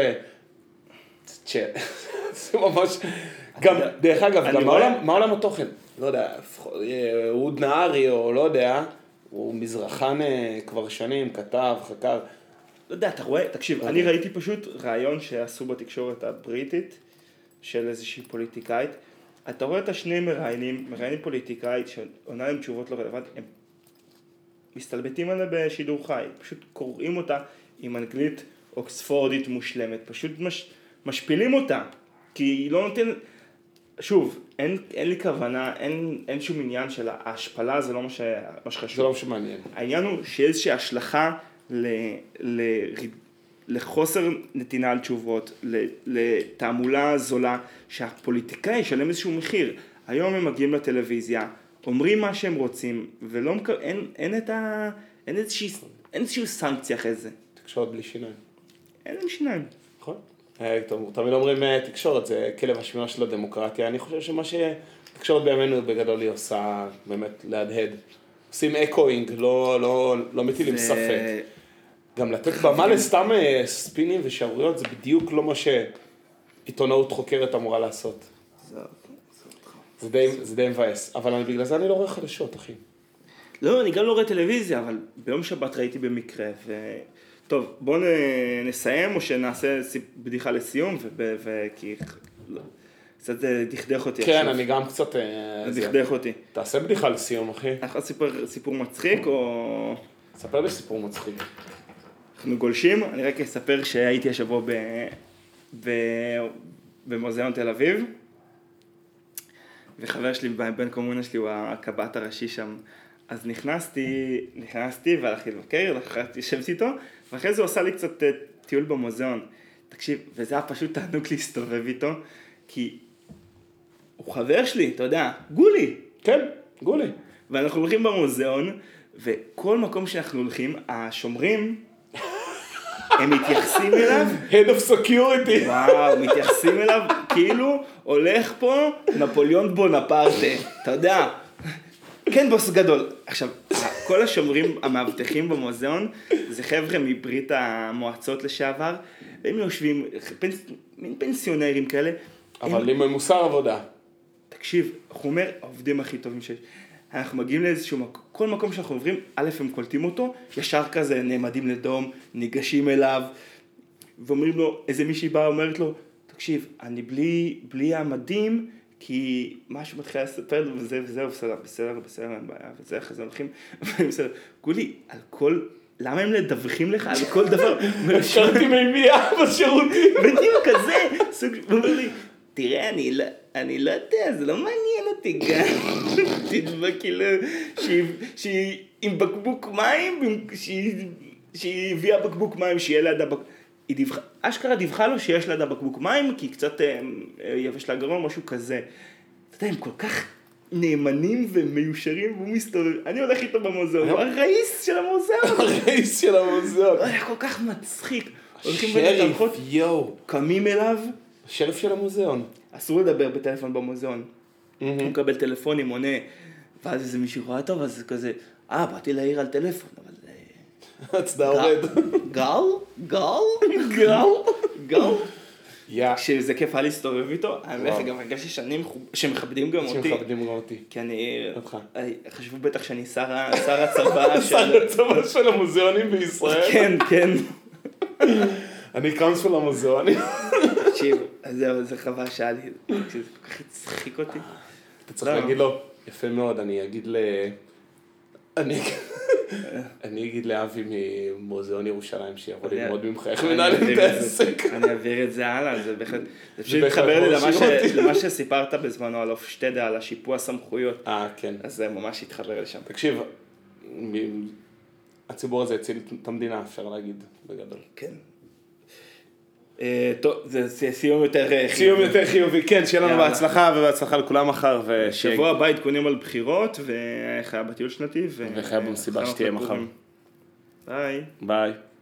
זה ממש... גם, דרך אגב, גם מה עולם התוכן? לא יודע, אהוד נהרי או לא יודע, הוא מזרחן כבר שנים, כתב, חקר. לא יודע, אתה רואה, תקשיב, אני ראיתי פשוט רעיון שעשו בתקשורת הבריטית של איזושהי פוליטיקאית. אתה רואה את השני מראיינים, מראיינים פוליטיקאית שעונה להם תשובות לא רלוונטיות, הם מסתלבטים עליה בשידור חי, פשוט קוראים אותה עם אנגלית אוקספורדית מושלמת, פשוט מש, משפילים אותה, כי היא לא נותנת, שוב, אין, אין לי כוונה, אין, אין שום עניין של ההשפלה, זה לא מה, ש, מה שחשוב. זה לא מה שמעניין. העניין הוא שאיזושהי השלכה ל, ל, לחוסר נתינה על תשובות, לתעמולה זולה, שהפוליטיקאי ישלם איזשהו מחיר. היום הם מגיעים לטלוויזיה, אומרים מה שהם רוצים, ולא מקו... אין, אין את ה... אין איזושהי, אין איזושהי סנקציה אחרי זה. תקשורת בלי שיניים. אין להם שיניים. נכון. תמיד אומרים תקשורת, זה כלב השמירה של הדמוקרטיה. אני חושב שמה שתקשורת בימינו בגדול היא עושה, באמת, להדהד. עושים אקוינג, לא, לא, לא מטילים ספק. גם לתת במה לסתם ספינים ושערוריות, זה בדיוק לא מה שעיתונאות חוקרת אמורה לעשות. זה די, זה די מבאס, אבל אני, בגלל זה אני לא רואה חדשות, אחי. לא, אני גם לא רואה טלוויזיה, אבל ביום שבת ראיתי במקרה, ו... טוב, בואו נסיים, או שנעשה בדיחה לסיום, וכי... קצת דכדך אותי עכשיו. כן, אני גם קצת... דכדך אותי. תעשה בדיחה לסיום, אחי. אנחנו סיפור, סיפור מצחיק, או... ספר לי סיפור מצחיק. אנחנו גולשים, אני רק אספר שהייתי השבוע ב... ב... במוזיאון תל אביב, וחבר שלי, בן קומונה שלי, הוא הקב"ט הראשי שם. אז נכנסתי, נכנסתי והלכתי לבקר, הלכתי לשבת איתו, ואחרי זה הוא עשה לי קצת טיול במוזיאון. תקשיב, וזה היה פשוט תענוג להסתובב איתו, כי הוא חבר שלי, אתה יודע, גולי. כן, גולי. ואנחנו הולכים במוזיאון, וכל מקום שאנחנו הולכים, השומרים, הם מתייחסים אליו. Head of Security. וואו, מתייחסים אליו, כאילו הולך פה נפוליאון בונפרטה, אתה יודע. כן, בוס גדול. עכשיו, כל השומרים המאבטחים במוזיאון, זה חבר'ה מברית המועצות לשעבר, והם יושבים, פנס, מין פנסיונרים כאלה. אבל עם מוסר עבודה. תקשיב, הוא אומר, העובדים הכי טובים שיש. אנחנו מגיעים לאיזשהו מקום, כל מקום שאנחנו עוברים, א' הם קולטים אותו, ישר כזה נעמדים לדום, ניגשים אליו, ואומרים לו, איזה מישהי באה אומרת לו, תקשיב, אני בלי, בלי המדים, כי משהו מתחיל לספר, וזה וזהו, בסדר, בסדר, בסדר, אין בעיה, וזה, אחרי זה הולכים, בסדר. גולי, על כל, למה הם לדווחים לך על כל דבר? השארתי מימייה בשירותים. בדיוק כזה, סוג, הוא אומר לי, תראה, אני לא, אני לא יודע, זה לא מעניין אותי גם. תדבק, כאילו, שהיא עם בקבוק מים, שהיא הביאה בקבוק מים, שיהיה לידה בקבוק, היא דיווחה, אשכרה דיווחה לו שיש לידה בקבוק מים, כי קצת יבש לה גרון, משהו כזה. אתה יודע, הם כל כך נאמנים ומיושרים, והוא מסתובב, אני הולך איתו במוזיאון, הוא הרئיס של המוזיאון. הרئיס של המוזיאון. הוא היה כל כך מצחיק. הולכים בין התלכות, קמים אליו. השריף של המוזיאון. אסור לדבר בטלפון במוזיאון. הוא מקבל טלפונים, עונה, ואז איזה מישהו רואה טוב, אז זה כזה, אה, באתי להעיר על טלפון, אבל הצדה הורד. גל? גל? גל? גל? יא. שזה כיף היה להסתובב איתו, האמת וואו. גם הרגשתי שאני שמכבדים גם אותי. שמכבדים גם אותי. כי אני, אותך. חשבו בטח שאני שר ה- שר הצבא של... שר הצבא של המוזיאונים בישראל. כן, כן. אני קאונסול המוזיאונים. תקשיב, אז זהו, זה חווה שהיה לי, זה כל כך הצחיק אותי. אתה צריך להגיד לו, יפה מאוד, אני אגיד ל... אני אני אגיד לאבי ממוזיאון ירושלים שיבוא ללמוד ממך איך מנהלים את העסק. אני אעביר את זה הלאה, זה בהחלט, זה פשוט בהחלט מתחבר לי מאוד למה ש- שירה אותי. למה שסיפרת בזמנו על אופשטדה, על השיפוע סמכויות, אה, כן. אז זה ממש התחבר לשם. תקשיב, מ- הציבור הזה הציל את המדינה, אפשר להגיד, בגדול. כן. אה, טוב, זה זה סיום יותר אה, סיום חיובי. יותר חיובי, כן, שיהיה לנו יאללה. בהצלחה ובהצלחה לכולם מחר. ושיהיה- שבוע הבא עדכונים על בחירות, ואיך היה בטיול שנתי, ו- ואיך היה במסיבה חנוכה שתהיה מחר. פורים. ביי. ביי.